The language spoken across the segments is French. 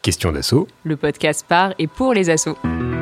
Question d'assaut. Le podcast par et pour les assos.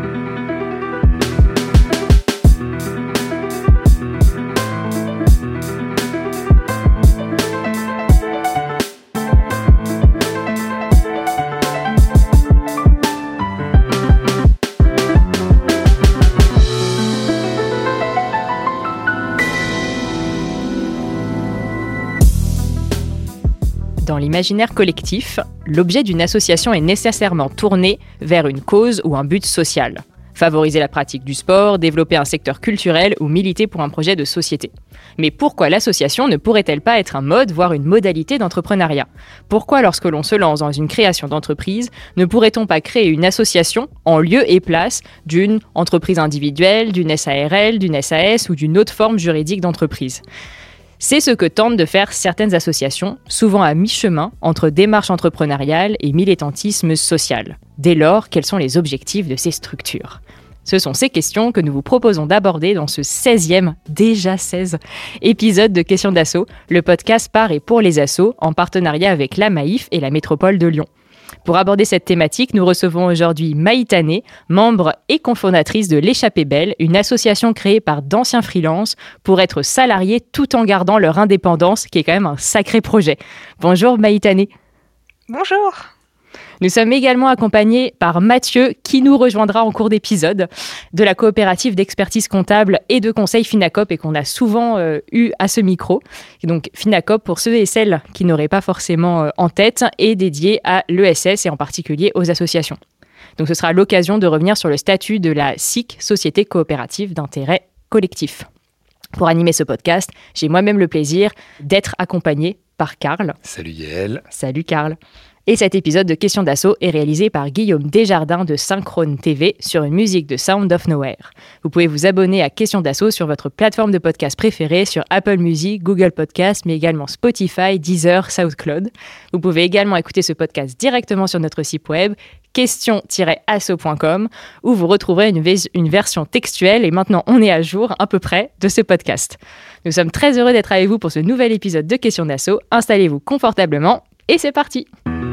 Dans l'imaginaire collectif, l'objet d'une association est nécessairement tourné vers une cause ou un but social. Favoriser la pratique du sport, développer un secteur culturel ou militer pour un projet de société. Mais pourquoi l'association ne pourrait-elle pas être un mode, voire une modalité d'entrepreneuriat ? Pourquoi, lorsque l'on se lance dans une création d'entreprise, ne pourrait-on pas créer une association en lieu et place d'une entreprise individuelle, d'une SARL, d'une SAS ou d'une autre forme juridique d'entreprise ? C'est ce que tentent de faire certaines associations, souvent à mi-chemin entre démarche entrepreneuriale et militantisme social. Dès lors, quels sont les objectifs de ces structures ? Ce sont ces questions que nous vous proposons d'aborder dans ce 16e, déjà 16, épisode de Questions d'assaut, le podcast par et pour les assos, en partenariat avec la Maïf et la métropole de Lyon. Pour aborder cette thématique, nous recevons aujourd'hui Maïtané, membre et cofondatrice de l'Échappée Belle, une association créée par d'anciens freelances pour être salariés tout en gardant leur indépendance, qui est quand même un sacré projet. Bonjour Maïtané. Bonjour. Nous sommes également accompagnés par Mathieu, qui nous rejoindra en cours d'épisode, de la coopérative d'expertise comptable et de conseil Finacop, et qu'on a souvent eu à ce micro. Et donc Finacop, pour ceux et celles qui n'auraient pas forcément en tête, est dédié à l'ESS et en particulier aux associations. Donc ce sera l'occasion de revenir sur le statut de la SIC, Société coopérative d'intérêt collectif. Pour animer ce podcast, j'ai moi-même le plaisir d'être accompagné par Karl. Salut Yael. Salut Karl. Et cet épisode de Questions d'assaut est réalisé par Guillaume Desjardins de Synchrone TV sur une musique de Sound of Nowhere. Vous pouvez vous abonner à Questions d'assaut sur votre plateforme de podcast préférée, sur Apple Music, Google Podcast, mais également Spotify, Deezer, SoundCloud. Vous pouvez également écouter ce podcast directement sur notre site web question-asso.com où vous retrouverez une version textuelle, et maintenant on est à jour à peu près de ce podcast. Nous sommes très heureux d'être avec vous pour ce nouvel épisode de Questions d'assaut. Installez-vous confortablement et c'est parti!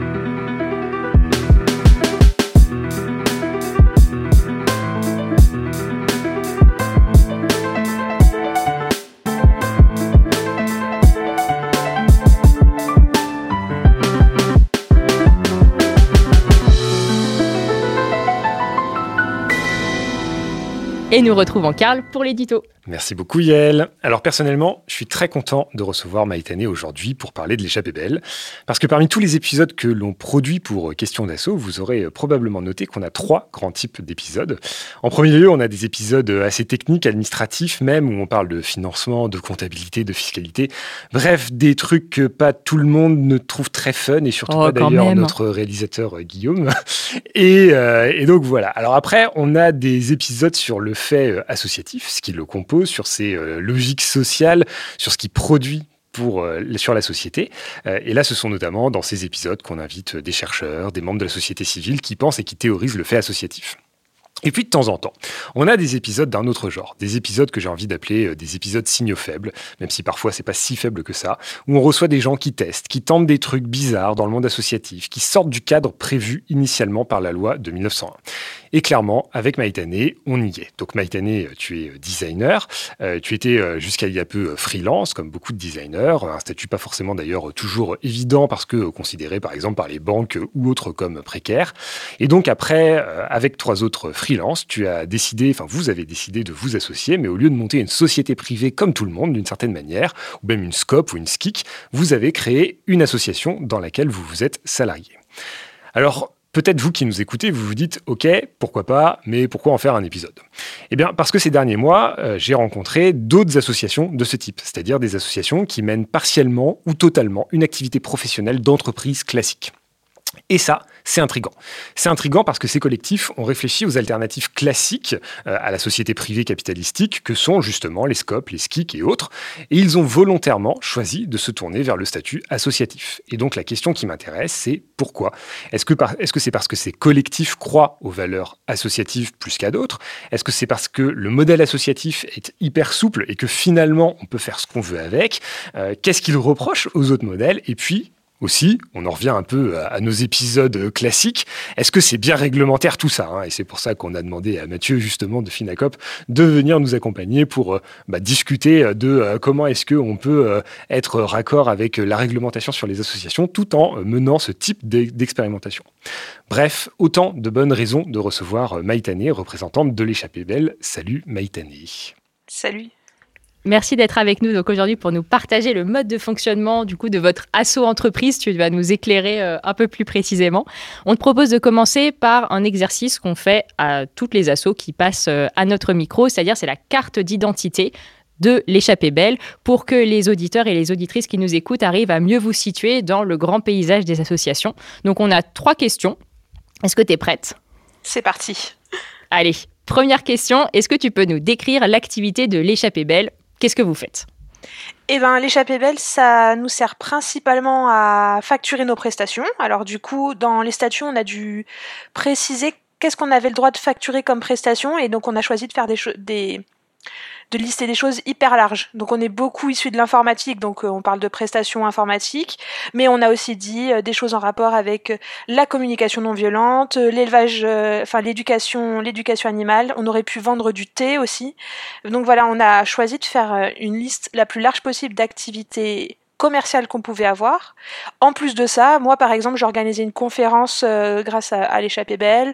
Et nous retrouvons Karl pour l'édito. Merci beaucoup Yael. Alors personnellement, je suis très content de recevoir Maïtané aujourd'hui pour parler de l'Échappée Belle. Parce que parmi tous les épisodes que l'on produit pour Questions d'assaut, vous aurez probablement noté qu'on a 3 grands types d'épisodes. En premier lieu, on a des épisodes assez techniques, administratifs même, où on parle de financement, de comptabilité, de fiscalité. Bref, des trucs que pas tout le monde ne trouve très fun, et surtout pas d'ailleurs notre réalisateur Guillaume. Et donc voilà. Alors après, on a des épisodes sur le fait associatif, ce qui le compose, sur ses logiques sociales, sur ce qu'il produit sur la société. Et là, ce sont notamment dans ces épisodes qu'on invite des chercheurs, des membres de la société civile qui pensent et qui théorisent le fait associatif. Et puis de temps en temps, on a des épisodes d'un autre genre, des épisodes que j'ai envie d'appeler des épisodes signaux faibles, même si parfois c'est pas si faible que ça, où on reçoit des gens qui testent, qui tentent des trucs bizarres dans le monde associatif, qui sortent du cadre prévu initialement par la loi de 1901. Et clairement, avec Maïtané, on y est. Donc Maïtané, tu es designer, tu étais jusqu'à il y a peu freelance, comme beaucoup de designers, un statut pas forcément d'ailleurs toujours évident parce que considéré par exemple par les banques ou autres comme précaire. Et donc après, avec 3 autres freelance, vous avez décidé de vous associer, mais au lieu de monter une société privée comme tout le monde, d'une certaine manière, ou même une SCOP ou une SKIC, vous avez créé une association dans laquelle vous vous êtes salarié. Alors, peut-être vous qui nous écoutez, vous vous dites « Ok, pourquoi pas, mais pourquoi en faire un épisode ?» Eh bien, parce que ces derniers mois, j'ai rencontré d'autres associations de ce type, c'est-à-dire des associations qui mènent partiellement ou totalement une activité professionnelle d'entreprise classique. Et ça, c'est intriguant. C'est intriguant parce que ces collectifs ont réfléchi aux alternatives classiques à la société privée capitalistique que sont justement les SCOP, les SKIC et autres. Et ils ont volontairement choisi de se tourner vers le statut associatif. Et donc la question qui m'intéresse, c'est pourquoi ? Est-ce que c'est parce que ces collectifs croient aux valeurs associatives plus qu'à d'autres ? Est-ce que c'est parce que le modèle associatif est hyper souple et que finalement on peut faire ce qu'on veut avec ? Qu'est-ce qu'ils reprochent aux autres modèles ? Et puis, Aussi, on en revient un peu à nos épisodes classiques. Est-ce que c'est bien réglementaire tout ça, hein? Et c'est pour ça qu'on a demandé à Mathieu, justement, de Finacop, de venir nous accompagner pour discuter de comment est-ce qu'on peut être raccord avec la réglementation sur les associations tout en menant ce type d'expérimentation. Bref, autant de bonnes raisons de recevoir Maïtane, représentante de l'Échappée Belle. Salut Maïtane. Salut. Merci d'être avec nous donc aujourd'hui pour nous partager le mode de fonctionnement du coup de votre asso entreprise. Tu vas nous éclairer un peu plus précisément. On te propose de commencer par un exercice qu'on fait à toutes les assos qui passent à notre micro, c'est-à-dire c'est la carte d'identité de l'Échappée Belle pour que les auditeurs et les auditrices qui nous écoutent arrivent à mieux vous situer dans le grand paysage des associations. Donc on a 3 questions. Est-ce que tu es prête ? C'est parti. Allez, première question. Est-ce que tu peux nous décrire l'activité de l'Échappée Belle ? Qu'est-ce que vous faites ? Eh ben, l'Échappée Belle, ça nous sert principalement à facturer nos prestations. Alors du coup, dans les statuts, on a dû préciser qu'est-ce qu'on avait le droit de facturer comme prestation, et donc on a choisi de faire de lister des choses hyper larges. Donc on est beaucoup issus de l'informatique, donc on parle de prestations informatiques, mais on a aussi dit des choses en rapport avec la communication non violente, l'élevage, l'éducation animale. On aurait pu vendre du thé aussi. Donc voilà, on a choisi de faire une liste la plus large possible d'activités commerciales qu'on pouvait avoir. En plus de ça, moi par exemple, j'ai organisé une conférence grâce à l'Échappée Belle.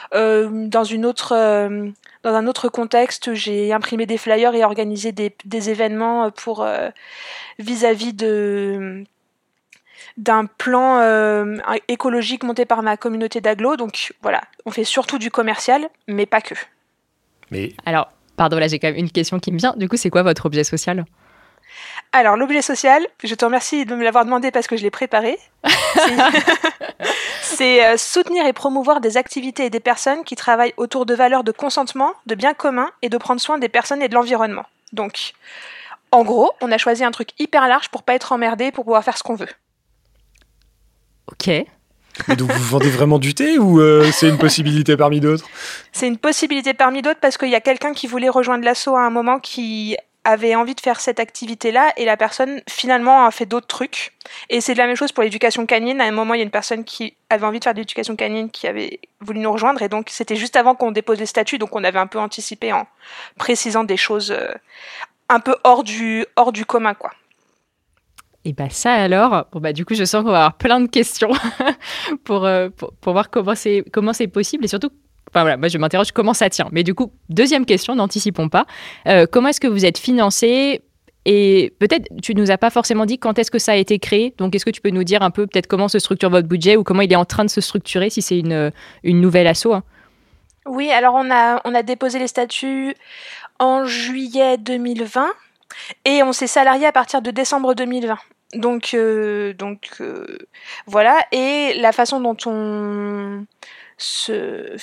Dans un autre contexte, j'ai imprimé des flyers et organisé des événements pour vis-à-vis d'un plan écologique monté par ma communauté d'agglo. Donc voilà, on fait surtout du commercial, mais pas que. Mais... Alors, pardon, là j'ai quand même une question qui me vient. Du coup, c'est quoi votre objet social ? Alors, l'objet social, je te remercie de me l'avoir demandé parce que je l'ai préparé. C'est soutenir et promouvoir des activités et des personnes qui travaillent autour de valeurs de consentement, de bien commun et de prendre soin des personnes et de l'environnement. Donc, en gros, on a choisi un truc hyper large pour pas être emmerdé, pour pouvoir faire ce qu'on veut. Ok. Mais donc vous vendez vraiment du thé ou c'est une possibilité parmi d'autres ? C'est une possibilité parmi d'autres parce qu'il y a quelqu'un qui voulait rejoindre l'asso à un moment qui avait envie de faire cette activité-là et la personne finalement a fait d'autres trucs. Et c'est de la même chose pour l'éducation canine. À un moment, il y a une personne qui avait envie de faire de l'éducation canine qui avait voulu nous rejoindre et donc c'était juste avant qu'on dépose les statuts, donc on avait un peu anticipé en précisant des choses un peu hors du commun, quoi. Et bah ça alors, du coup je sens qu'on va avoir plein de questions pour voir comment c'est possible et surtout, moi je m'interroge comment ça tient. Mais du coup, deuxième question, n'anticipons pas. Comment est-ce que vous êtes financé ? Et peut-être tu nous as pas forcément dit quand est-ce que ça a été créé. Donc est-ce que tu peux nous dire un peu peut-être comment se structure votre budget ou comment il est en train de se structurer si c'est une nouvelle asso, hein. Oui, alors on a déposé les statuts en juillet 2020 et on s'est salarié à partir de décembre 2020. Donc voilà, et la façon dont on se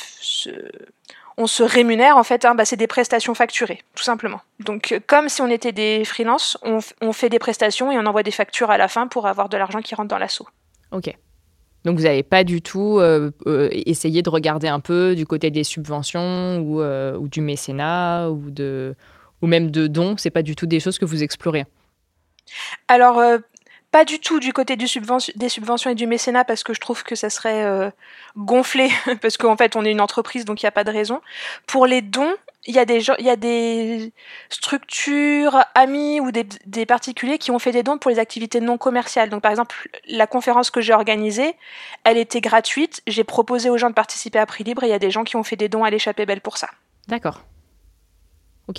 rémunère en fait, c'est des prestations facturées, tout simplement. Donc comme si on était des freelances, on fait des prestations et on envoie des factures à la fin pour avoir de l'argent qui rentre dans l'asso. Ok. Donc vous n'avez pas du tout essayé de regarder un peu du côté des subventions ou du mécénat ou même de dons, c'est pas du tout des choses que vous explorez. Alors pas du tout du côté des subventions et du mécénat parce que je trouve que ça serait gonflé parce qu'en fait on est une entreprise donc il n'y a pas de raison. Pour les dons, il y a des structures amies ou des particuliers qui ont fait des dons pour les activités non commerciales. Donc par exemple la conférence que j'ai organisée, elle était gratuite. J'ai proposé aux gens de participer à prix libre et il y a des gens qui ont fait des dons à l'Échappée Belle pour ça. D'accord. Ok.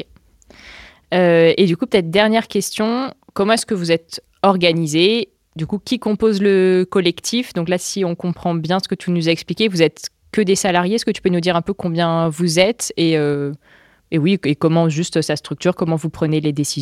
Et du coup peut-être dernière question, comment est-ce que vous êtes organisé ? Du coup, qui compose le collectif ? Donc là, si on comprend bien ce que tu nous as expliqué, vous êtes que des salariés. Est-ce que tu peux nous dire un peu combien vous êtes et comment juste ça structure, comment vous prenez les décisions ?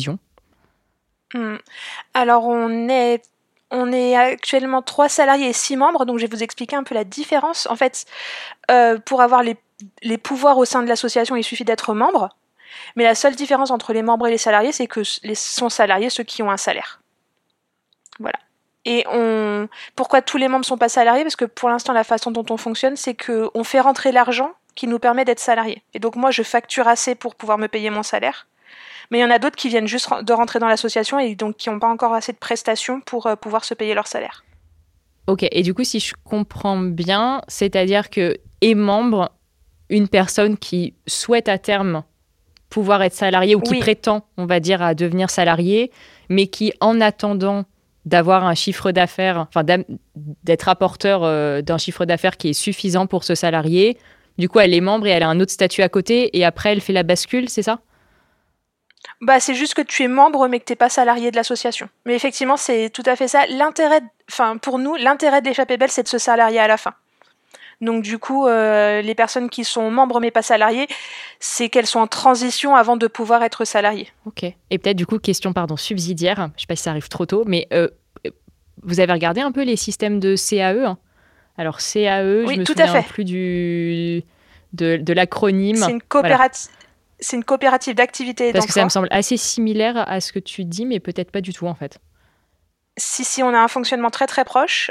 Alors, on est actuellement 3 salariés et 6 membres, donc je vais vous expliquer un peu la différence. En fait, pour avoir les pouvoirs au sein de l'association, il suffit d'être membre. Mais la seule différence entre les membres et les salariés, c'est que sont salariés ceux qui ont un salaire. Voilà. Et pourquoi tous les membres ne sont pas salariés ? Parce que pour l'instant, la façon dont on fonctionne, c'est qu'on fait rentrer l'argent qui nous permet d'être salariés. Et donc moi, je facture assez pour pouvoir me payer mon salaire. Mais il y en a d'autres qui viennent juste de rentrer dans l'association et donc qui n'ont pas encore assez de prestations pour pouvoir se payer leur salaire. Ok, et du coup, si je comprends bien, c'est-à-dire que est membre une personne qui souhaite à terme pouvoir être salarié ou qui Oui, prétend, on va dire, à devenir salarié, mais qui, en attendant d'avoir un chiffre d'affaires, enfin d'être apporteur d'un chiffre d'affaires qui est suffisant pour ce salarié, du coup, elle est membre et elle a un autre statut à côté, et après, elle fait la bascule, c'est ça? bah c'est juste que tu es membre mais que t'es pas salarié de l'association. Mais effectivement, c'est tout à fait ça. Pour nous, l'intérêt de l'échappée belle, c'est de se salarier à la fin. Donc du coup, les personnes qui sont membres mais pas salariées, c'est qu'elles sont en transition avant de pouvoir être salariées. Ok. Et peut-être, du coup, question, pardon, subsidiaire, je sais pas si ça arrive trop tôt, mais vous avez regardé un peu les systèmes de CAE, hein? Alors, CAE, je Oui, me tout à souviens fait. plus de l'acronyme. C'est une Voilà. coopérative, c'est une coopérative d'activité et Parce que ça me d'emploi. semble assez similaire à ce que tu dis, mais peut-être pas du tout, en fait. Si, on a un fonctionnement très très proche.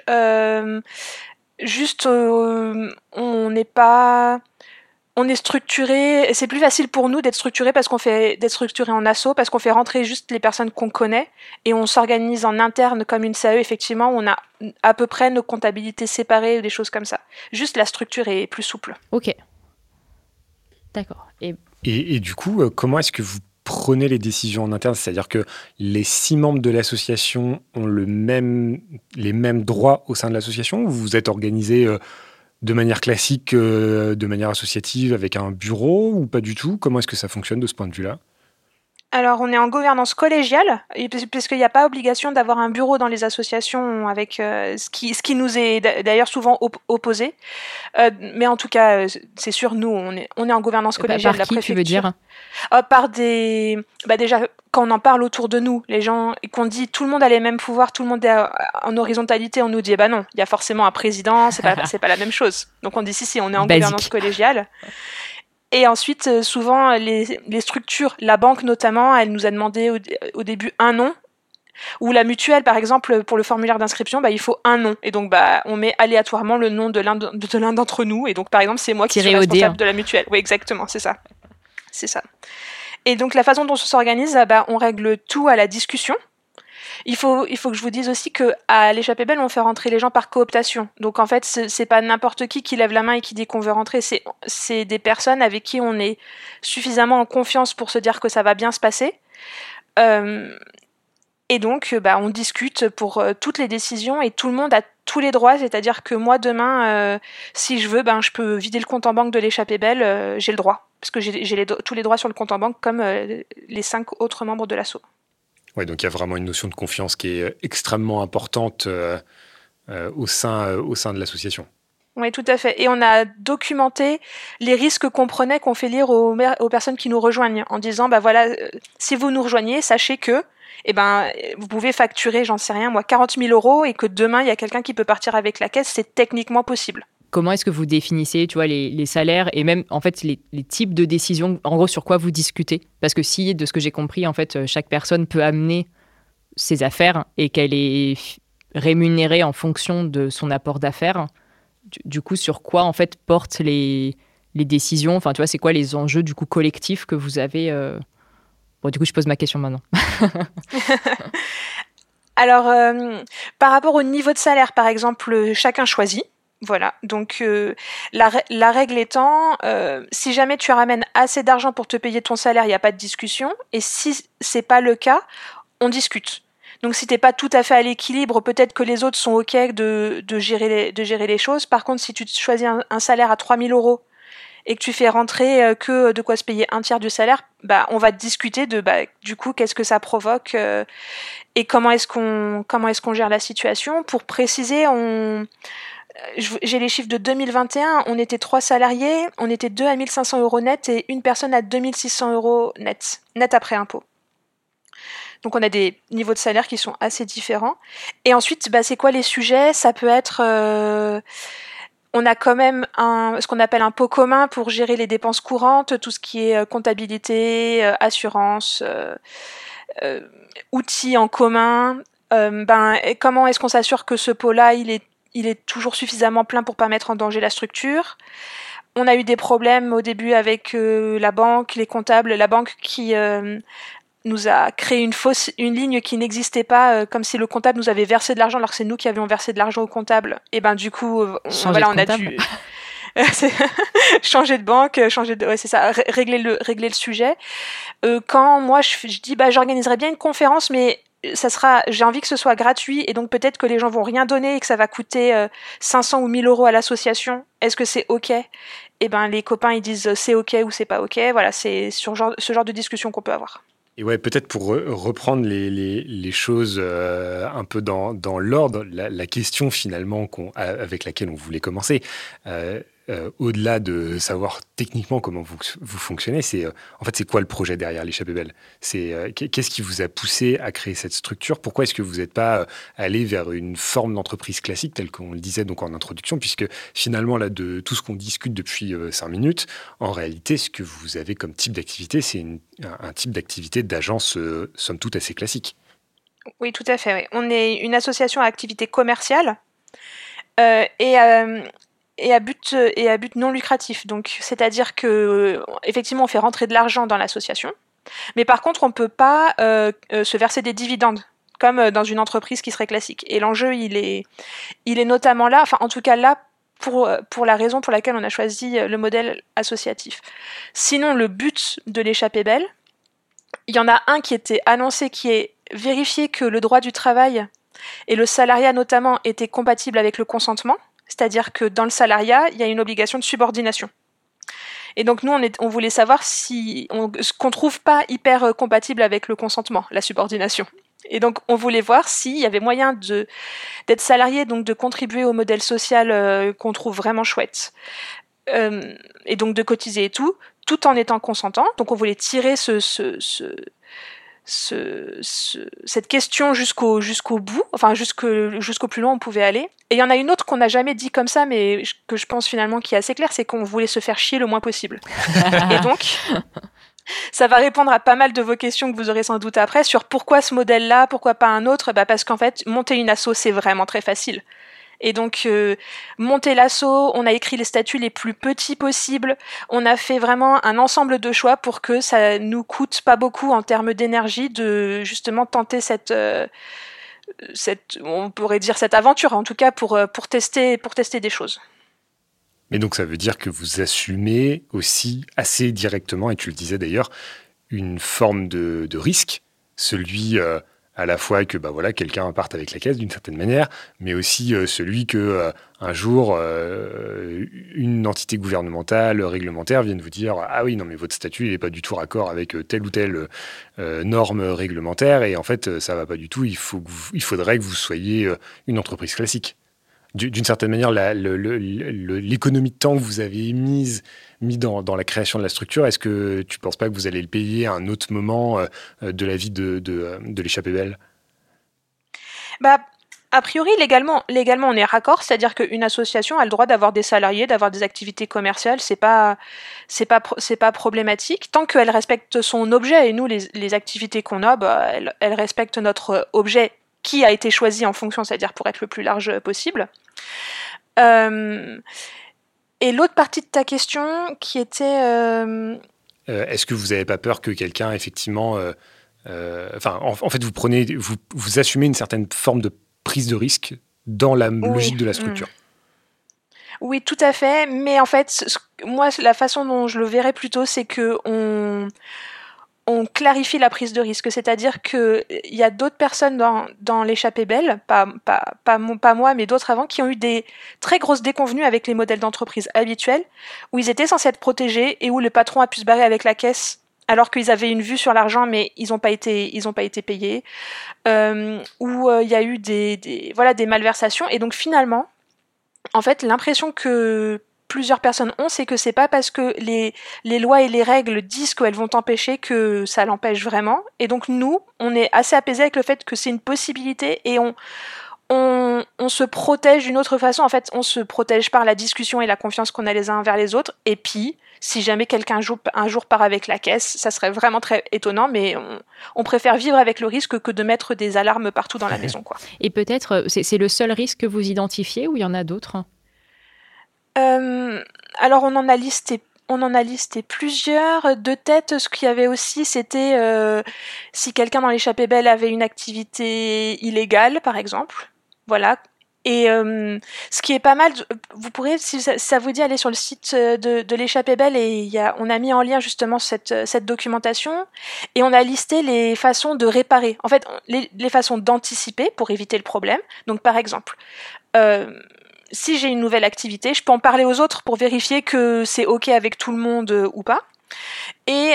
Juste, on n'est pas, on est structuré. C'est plus facile pour nous d'être structuré en asso parce qu'on fait rentrer juste les personnes qu'on connaît et on s'organise en interne comme une SAE. Effectivement, on a à peu près nos comptabilités séparées ou des choses comme ça. Juste la structure est plus souple. Ok, d'accord. Et du coup, comment est-ce que vous prenez les décisions en interne? C'est-à-dire que les 6 membres de l'association ont les mêmes droits au sein de l'association, ou vous êtes organisé de manière classique, de manière associative, avec un bureau, ou pas du tout? Comment est-ce que ça fonctionne de ce point de vue-là? Alors, on est en gouvernance collégiale, puisqu'il n'y a pas obligation d'avoir un bureau dans les associations avec ce qui nous est d'ailleurs souvent opposé. Mais en tout cas, c'est sûr, nous, on est en gouvernance collégiale Par de la qui, tu veux préfecture. dire? Par des... Bah déjà, quand on en parle autour de nous, les gens, et qu'on dit tout le monde a les mêmes pouvoirs, tout le monde est en horizontalité, on nous dit, bah non, il y a forcément un président, c'est pas la même chose. Donc on dit, si, on est en gouvernance Basique. collégiale. Et ensuite, souvent, les structures, la banque notamment, elle nous a demandé au début un nom. Ou la mutuelle, par exemple, pour le formulaire d'inscription, bah, il faut un nom. Et donc, bah, on met aléatoirement le nom de l'un d'entre nous. Et donc, par exemple, c'est moi qui suis Tiré au dé, responsable hein. de la mutuelle. Oui, exactement, c'est ça. C'est ça. Et donc, la façon dont on s'organise, bah, on règle tout à la discussion. Il faut que je vous dise aussi que à l'échappée belle, on fait rentrer les gens par cooptation. Donc en fait, c'est pas n'importe qui lève la main et qui dit qu'on veut rentrer. C'est des personnes avec qui on est suffisamment en confiance pour se dire que ça va bien se passer. Euh, et donc, bah, on discute pour toutes les décisions et tout le monde a tous les droits. C'est-à-dire que moi, demain, si je veux, ben, je peux vider le compte en banque de l'échappée belle. J'ai le droit. Parce que j'ai tous les droits sur le compte en banque comme les 5 autres membres de l'asso. Ouais, donc il y a vraiment une notion de confiance qui est extrêmement importante au sein de l'association. Oui, tout à fait. Et on a documenté les risques qu'on prenait, qu'on fait lire aux personnes qui nous rejoignent, en disant, bah voilà, si vous nous rejoignez, sachez que, eh ben, vous pouvez facturer, j'en sais rien, moi, 40 000 euros, et que demain, il y a quelqu'un qui peut partir avec la caisse, c'est techniquement possible. Comment est-ce que vous définissez, tu vois, les salaires et même, en fait, les types de décisions, en gros, sur quoi vous discutez? Parce que si, de ce que j'ai compris, en fait, chaque personne peut amener ses affaires et qu'elle est rémunérée en fonction de son apport d'affaires, du coup, sur quoi, en fait, portent les décisions? Enfin, tu vois, c'est quoi les enjeux, du coup, collectifs que vous avez Bon, du coup, je pose ma question maintenant. Alors, par rapport au niveau de salaire, par exemple, chacun choisit. Voilà, donc la règle étant, si jamais tu ramènes assez d'argent pour te payer ton salaire, il n'y a pas de discussion. Et si c'est pas le cas, on discute. Donc si t'es pas tout à fait à l'équilibre, peut-être que les autres sont ok de gérer les choses. Par contre, si tu choisis un salaire à 3 000 euros et que tu fais rentrer que de quoi se payer un tiers du salaire, bah on va discuter de bah du coup qu'est-ce que ça provoque et comment est-ce qu'on gère la situation. Pour préciser, j'ai les chiffres de 2021, on était 3 salariés, on était 2 à 1 500 euros net et une personne à 2 600 euros net après impôt. Donc on a des niveaux de salaire qui sont assez différents. Et ensuite, bah, c'est quoi les sujets? Ça peut être... on a quand même ce qu'on appelle un pot commun pour gérer les dépenses courantes, tout ce qui est comptabilité, assurance, outils en commun. Comment est-ce qu'on s'assure que ce pot-là, il est toujours suffisamment plein pour pas mettre en danger la structure? On a eu des problèmes au début avec la banque, les comptables, la banque qui nous a créé une ligne qui n'existait pas, comme si le comptable nous avait versé de l'argent alors que c'est nous qui avions versé de l'argent au comptable. Et ben du coup, on a dû changer de banque, c'est ça, régler le sujet. Quand moi je dis j'organiserai bien une conférence, mais j'ai envie que ce soit gratuit et donc peut-être que les gens vont rien donner et que ça va coûter 500 ou 1000 euros à l'association. Est-ce que c'est ok? Et ben les copains ils disent c'est ok ou c'est pas ok. Voilà, c'est ce genre de discussion qu'on peut avoir. Et ouais, peut-être pour reprendre les choses un peu dans l'ordre, la question finalement avec laquelle on voulait commencer, au-delà de savoir techniquement comment vous fonctionnez, c'est en fait c'est quoi le projet derrière l'Échappée Belle? C'est qu'est-ce qui vous a poussé à créer cette structure? Pourquoi est-ce que vous n'êtes pas allé vers une forme d'entreprise classique telle qu'on le disait donc en introduction, puisque finalement là de tout ce qu'on discute depuis 5 minutes, en réalité ce que vous avez comme type d'activité, c'est un type d'activité d'agence somme toute assez classique. Oui, tout à fait. Oui. On est une association à activité commerciale et à but non lucratif. Donc, c'est-à-dire que effectivement, on fait rentrer de l'argent dans l'association, mais par contre, on ne peut pas se verser des dividendes comme dans une entreprise qui serait classique. Et l'enjeu, il est notamment là, enfin en tout cas là, pour la raison pour laquelle on a choisi le modèle associatif. Sinon, le but de l'Échappée Belle, il y en a un qui était annoncé, qui est vérifier que le droit du travail et le salariat notamment étaient compatibles avec le consentement, c'est-à-dire que dans le salariat, il y a une obligation de subordination. Et donc nous, on voulait savoir ce qu'on trouve pas hyper compatible avec le consentement, la subordination. Et donc on voulait voir s'il y avait moyen d'être salarié, donc de contribuer au modèle social qu'on trouve vraiment chouette. Et donc de cotiser et tout en étant consentant. Donc on voulait tirer cette question jusqu'au bout, enfin jusqu'au plus loin on pouvait aller. Et il y en a une autre qu'on n'a jamais dit comme ça, mais que je pense finalement qui est assez claire, c'est qu'on voulait se faire chier le moins possible. Et donc, ça va répondre à pas mal de vos questions que vous aurez sans doute après sur pourquoi ce modèle-là, pourquoi pas un autre. Parce qu'en fait, monter une asso, c'est vraiment très facile. Et donc, monter l'asso, on a écrit les statuts les plus petits possibles. On a fait vraiment un ensemble de choix pour que ça nous coûte pas beaucoup en termes d'énergie de justement tenter on pourrait dire cette aventure, en tout cas pour tester des choses. Mais donc, ça veut dire que vous assumez aussi assez directement, et tu le disais d'ailleurs, une forme de risque, celui à la fois que quelqu'un parte avec la caisse d'une certaine manière, mais aussi celui que un jour une entité gouvernementale, réglementaire vienne vous dire « Ah oui, non mais votre statut n'est pas du tout raccord avec telle ou telle norme réglementaire et en fait ça va pas du tout, il faudrait que vous soyez une entreprise classique ». D'une certaine manière, l'économie de temps que vous avez mis dans la création de la structure, est-ce que tu ne penses pas que vous allez le payer à un autre moment de la vie de l'Échappée Belle? A priori, légalement, on est raccord, c'est-à-dire qu'une association a le droit d'avoir des salariés, d'avoir des activités commerciales, c'est pas problématique, tant qu'elle respecte son objet. Et nous, les activités qu'on a, elles respectent notre objet qui a été choisi en fonction, c'est-à-dire pour être le plus large possible. Et l'autre partie de ta question qui était... Est-ce que vous n'avez pas peur que quelqu'un, effectivement... en fait, vous assumez une certaine forme de prise de risque dans la logique de la structure. Oui, tout à fait. Mais en fait, moi, la façon dont je le verrais plutôt, c'est qu'on clarifie la prise de risque, c'est-à-dire qu'il y a d'autres personnes dans l'Échappée Belle, pas moi, mais d'autres avant, qui ont eu des très grosses déconvenues avec les modèles d'entreprise habituels, où ils étaient censés être protégés et où le patron a pu se barrer avec la caisse, alors qu'ils avaient une vue sur l'argent, mais ils n'ont pas été payés, où il y a eu des malversations, et donc finalement, en fait, l'impression que plusieurs personnes ont, c'est que c'est pas parce que les lois et les règles disent qu'elles vont t'empêcher que ça l'empêche vraiment. Et donc nous, on est assez apaisés avec le fait que c'est une possibilité et on se protège d'une autre façon. En fait, on se protège par la discussion et la confiance qu'on a les uns envers les autres. Et puis, si jamais quelqu'un un jour part avec la caisse, ça serait vraiment très étonnant, mais on préfère vivre avec le risque que de mettre des alarmes partout dans la maison, quoi. Et peut-être, c'est le seul risque que vous identifiez ou il y en a d'autres ? Alors on en a listé on en a listé plusieurs. De tête, ce qu'il y avait aussi, c'était si quelqu'un dans l'échappée belle avait une activité illégale, par exemple. Voilà. Et ce qui est pas mal, vous pourrez, si ça vous dit, aller sur le site de l'échappée belle et on a mis en lien justement cette documentation et on a listé les façons de réparer. En fait, les façons d'anticiper pour éviter le problème. Donc par exemple, si j'ai une nouvelle activité, je peux en parler aux autres pour vérifier que c'est OK avec tout le monde ou pas. Et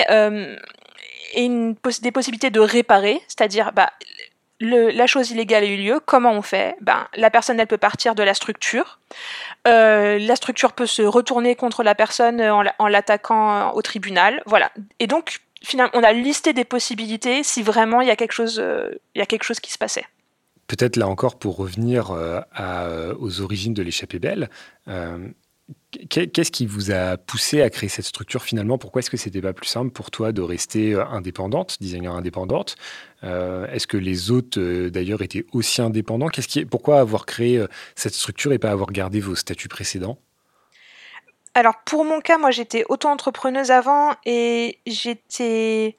des possibilités de réparer, c'est-à-dire la chose illégale a eu lieu, comment on fait ? La personne, elle peut partir de la structure. La structure peut se retourner contre la personne en l'attaquant au tribunal. Voilà. Et donc, finalement, on a listé des possibilités si vraiment il y a quelque chose qui se passait. Peut-être là encore, pour revenir aux origines de l'échappée belle, qu'est-ce qui vous a poussé à créer cette structure finalement ? Pourquoi est-ce que c'était pas plus simple pour toi de rester indépendante, designer indépendante ? Est-ce que les autres d'ailleurs étaient aussi indépendants ? Pourquoi avoir créé cette structure et pas avoir gardé vos statuts précédents ? Alors pour mon cas, moi j'étais auto-entrepreneuse avant et j'étais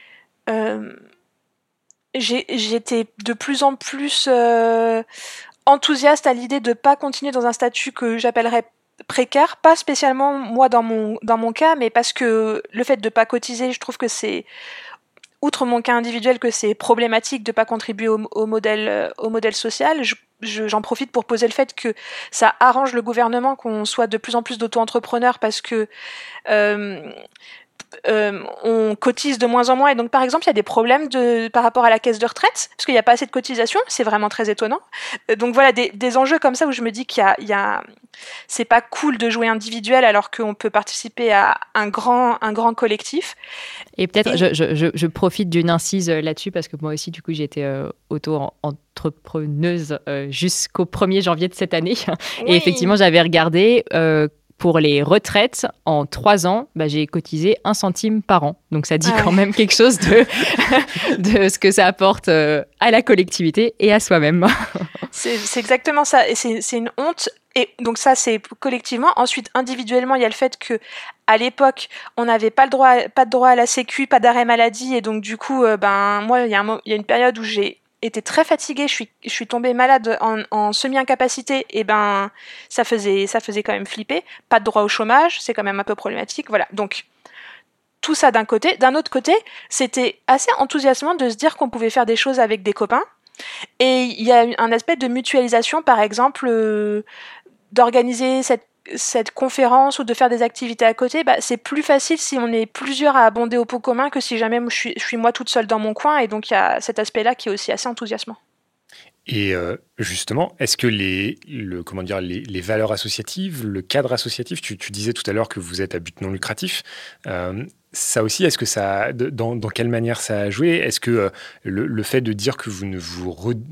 de plus en plus enthousiaste à l'idée de pas continuer dans un statut que j'appellerais précaire, pas spécialement moi dans mon cas, mais parce que le fait de pas cotiser, je trouve que c'est, outre mon cas individuel, que c'est problématique de pas contribuer au modèle social. J'en profite pour poser le fait que ça arrange le gouvernement qu'on soit de plus en plus d'auto-entrepreneurs parce que on cotise de moins en moins et donc par exemple il y a des problèmes par rapport à la caisse de retraite parce qu'il n'y a pas assez de cotisation, c'est vraiment très étonnant. Donc voilà des enjeux comme ça où je me dis c'est pas cool de jouer individuel alors qu'on peut participer à un grand collectif. Et peut-être je profite d'une incise là-dessus parce que moi aussi du coup j'ai été auto-entrepreneuse jusqu'au 1er janvier de cette année. Oui. Et effectivement j'avais regardé pour les retraites, en 3 ans, j'ai cotisé 1 centime par an. Donc, ça dit quand même quelque chose de ce que ça apporte à la collectivité et à soi-même. C'est exactement ça. Et c'est une honte. Et donc, ça, c'est collectivement. Ensuite, individuellement, il y a le fait que à l'époque, on n'avait pas de droit à la sécu, pas d'arrêt maladie. Et donc, du coup, moi, il y a une période où j'ai été très fatiguée, je suis tombée malade en semi-incapacité, et ça faisait quand même flipper. Pas de droit au chômage, c'est quand même un peu problématique. Voilà. Donc, tout ça d'un côté. D'un autre côté, c'était assez enthousiasmant de se dire qu'on pouvait faire des choses avec des copains. Et il y a un aspect de mutualisation, par exemple, d'organiser cette conférence ou de faire des activités à côté, c'est plus facile si on est plusieurs à abonder au pot commun que si jamais je suis moi toute seule dans mon coin. Et donc, il y a cet aspect-là qui est aussi assez enthousiasmant. Et justement, est-ce que les valeurs associatives, le cadre associatif, tu disais tout à l'heure que vous êtes à but non lucratif, ça aussi, est-ce que dans quelle manière ça a joué ? Est-ce que le fait de dire que vous ne vous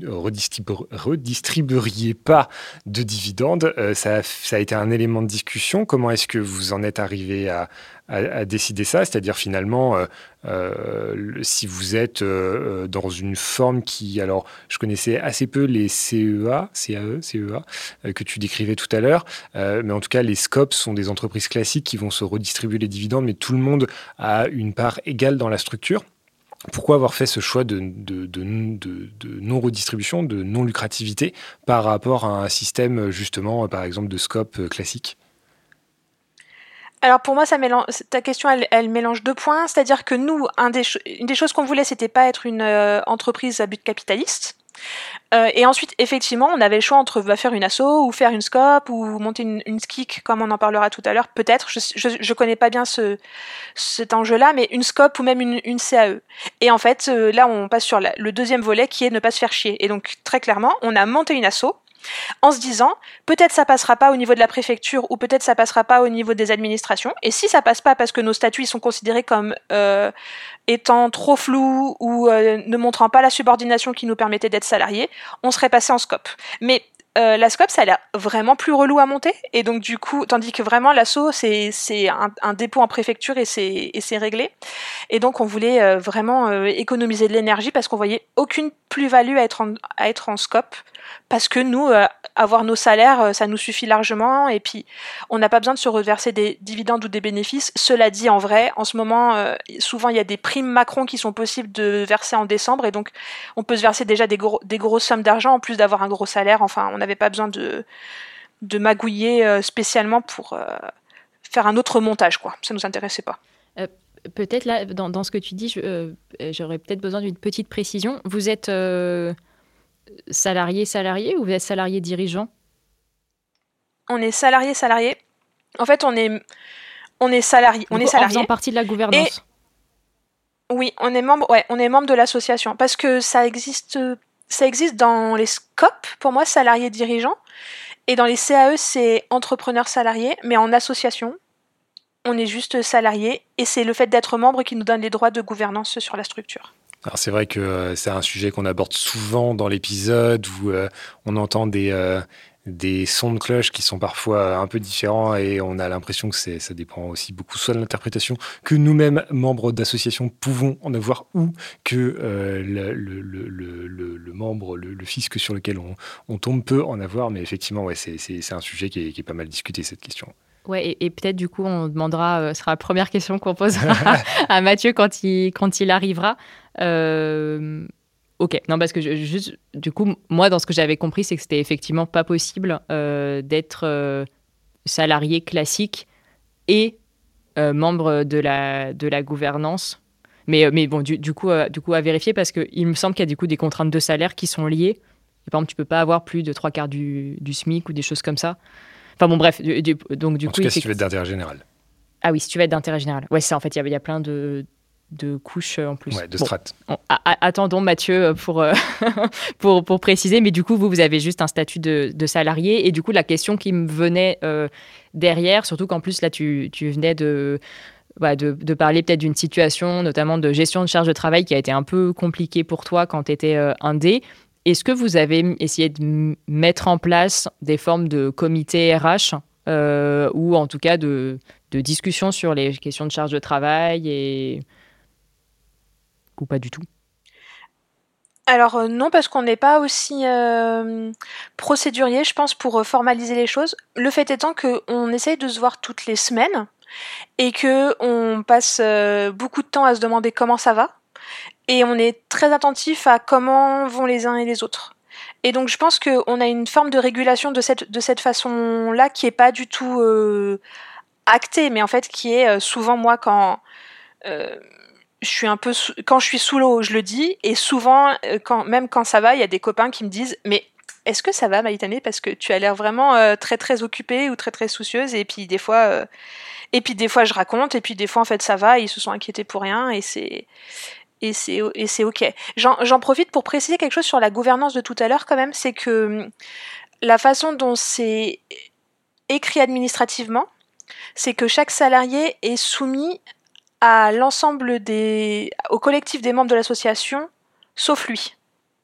redistribueriez pas de dividendes, ça a été un élément de discussion ? Comment est-ce que vous en êtes arrivé à décider ça ? C'est-à-dire finalement, si vous êtes dans une forme qui... Alors, je connaissais assez peu les CEA, que tu décrivais tout à l'heure, mais en tout cas, les SCOP sont des entreprises classiques qui vont se redistribuer les dividendes, mais tout le monde a une part égale dans la structure. Pourquoi avoir fait ce choix de non-redistribution, de non-lucrativité par rapport à un système, justement, par exemple, de SCOP classique ? Alors pour moi, ta question, elle mélange 2 points. C'est-à-dire que nous, une des choses qu'on voulait, c'était pas être une entreprise à but capitaliste. Et ensuite, effectivement, on avait le choix entre faire une asso ou faire une SCOP ou monter une SKIC, comme on en parlera tout à l'heure. Peut-être, je connais pas bien cet enjeu-là, mais une SCOP ou même une CAE. Et en fait, là, on passe sur le deuxième volet qui est ne pas se faire chier. Et donc, très clairement, on a monté une asso en se disant, peut-être ça passera pas au niveau de la préfecture ou peut-être ça passera pas au niveau des administrations. Et si ça passe pas parce que nos statuts sont considérés comme étant trop flous ou ne montrant pas la subordination qui nous permettait d'être salariés, on serait passé en SCOP. Mais la SCOP, ça a l'air vraiment plus relou à monter. Et donc, du coup, tandis que vraiment, l'asso, c'est un dépôt en préfecture et c'est réglé. Et donc, on voulait vraiment économiser de l'énergie parce qu'on voyait aucune plus-value à être en SCOP. Parce que nous, avoir nos salaires, ça nous suffit largement. Et puis, on n'a pas besoin de se reverser des dividendes ou des bénéfices. Cela dit, en vrai, en ce moment, souvent, il y a des primes Macron qui sont possibles de verser en décembre. Et donc, on peut se verser déjà des grosses sommes d'argent, en plus d'avoir un gros salaire. Enfin, on n'avait pas besoin de magouiller spécialement pour faire un autre montage, quoi. Ça nous intéressait pas. Peut-être là, dans ce que tu dis, j'aurais peut-être besoin d'une petite précision. Vous êtes salarié ou vous êtes salarié dirigeant ? On est salarié. En fait, on est salarié. En faisant partie de la gouvernance. Oui, on est membre de l'association. Parce que ça existe dans les SCOP, pour moi, salarié dirigeant. Et dans les CAE, c'est entrepreneur salarié. Mais en association, on est juste salarié. Et c'est le fait d'être membre qui nous donne les droits de gouvernance sur la structure. Alors c'est vrai que c'est un sujet qu'on aborde souvent dans l'épisode où on entend des sons de cloche qui sont parfois un peu différents et on a l'impression que ça dépend aussi beaucoup soit de l'interprétation que nous-mêmes, membres d'associations, pouvons en avoir ou que le membre, le fisc sur lequel on tombe peut en avoir. Mais effectivement, ouais, c'est un sujet qui est pas mal discuté, cette question. Ouais, et peut-être du coup, on demandera, ce sera la première question qu'on posera à Mathieu quand il arrivera. Ok, non, parce que juste, du coup, moi, dans ce que j'avais compris, c'est que c'était effectivement pas possible d'être salarié classique et membre de la gouvernance. Mais bon, du coup, à vérifier, parce qu'il me semble qu'il y a du coup des contraintes de salaire qui sont liées. Et par exemple, tu peux pas avoir plus de 3/4 du SMIC ou des choses comme ça. Enfin bon, bref. Donc, du en coup, tout cas, si tu veux être d'intérêt général. Ah oui, si tu veux être d'intérêt général. Ouais, c'est ça, en fait, il y a plein de couches en plus. Ouais, de strates. Attendons Mathieu pour préciser, mais du coup, vous avez juste un statut de salarié. Et du coup, la question qui me venait derrière, surtout qu'en plus, là, tu venais de parler peut-être d'une situation, notamment de gestion de charge de travail qui a été un peu compliquée pour toi quand tu étais indé. Est-ce que vous avez essayé de mettre en place des formes de comités RH ou en tout cas de discussions sur les questions de charge de travail ou pas du tout? Alors non, parce qu'on n'est pas aussi procédurier, je pense, pour formaliser les choses. Le fait étant qu'on essaye de se voir toutes les semaines et qu'on passe beaucoup de temps à se demander comment ça va. Et on est très attentif à comment vont les uns et les autres. Et donc je pense qu'on a une forme de régulation de cette façon-là qui est pas du tout actée, mais en fait qui est souvent moi quand quand je suis sous l'eau, je le dis, et souvent même quand ça va, il y a des copains qui me disent mais est-ce que ça va Maïtane, parce que tu as l'air vraiment très très occupée ou très très soucieuse, et puis des fois je raconte, et puis des fois en fait ça va, ils se sont inquiétés pour rien, et c'est ok. J'en profite pour préciser quelque chose sur la gouvernance de tout à l'heure quand même, c'est que la façon dont c'est écrit administrativement, c'est que chaque salarié est soumis à l'ensemble au collectif des membres de l'association, sauf lui.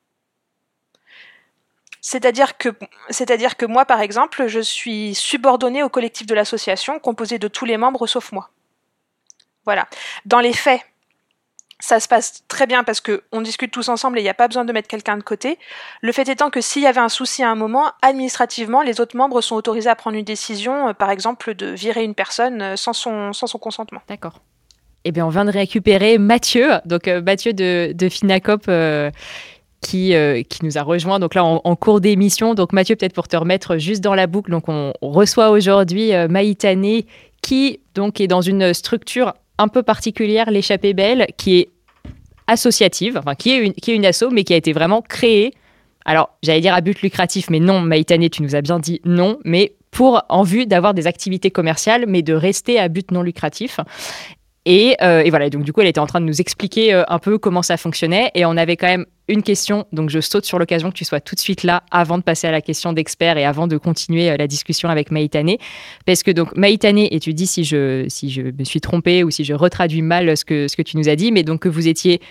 C'est-à-dire que moi, par exemple, je suis subordonnée au collectif de l'association, composé de tous les membres sauf moi. Voilà. Dans les faits, ça se passe très bien parce qu'on discute tous ensemble et il n'y a pas besoin de mettre quelqu'un de côté. Le fait étant que s'il y avait un souci à un moment, administrativement, les autres membres sont autorisés à prendre une décision, par exemple de virer une personne sans son consentement. D'accord. Eh bien, on vient de récupérer Mathieu, donc Mathieu de Finacop qui nous a rejoint donc là en cours d'émission. Donc Mathieu, peut-être pour te remettre juste dans la boucle, donc on reçoit aujourd'hui Maïtane qui donc est dans une structure un peu particulière, l'Échappée Belle, qui est associative, enfin qui est une asso, mais qui a été vraiment créée. Alors, j'allais dire à but lucratif, mais non, Maïtane, tu nous as bien dit non, mais en vue d'avoir des activités commerciales, mais de rester à but non lucratif. Et voilà, donc du coup, elle était en train de nous expliquer un peu comment ça fonctionnait. Et on avait quand même une question, donc je saute sur l'occasion que tu sois tout de suite là avant de passer à la question d'expert et avant de continuer la discussion avec Maïtane. Parce que donc Maïtane, et tu dis si je me suis trompée ou si je retraduis mal ce que tu nous as dit, mais donc que vous étiez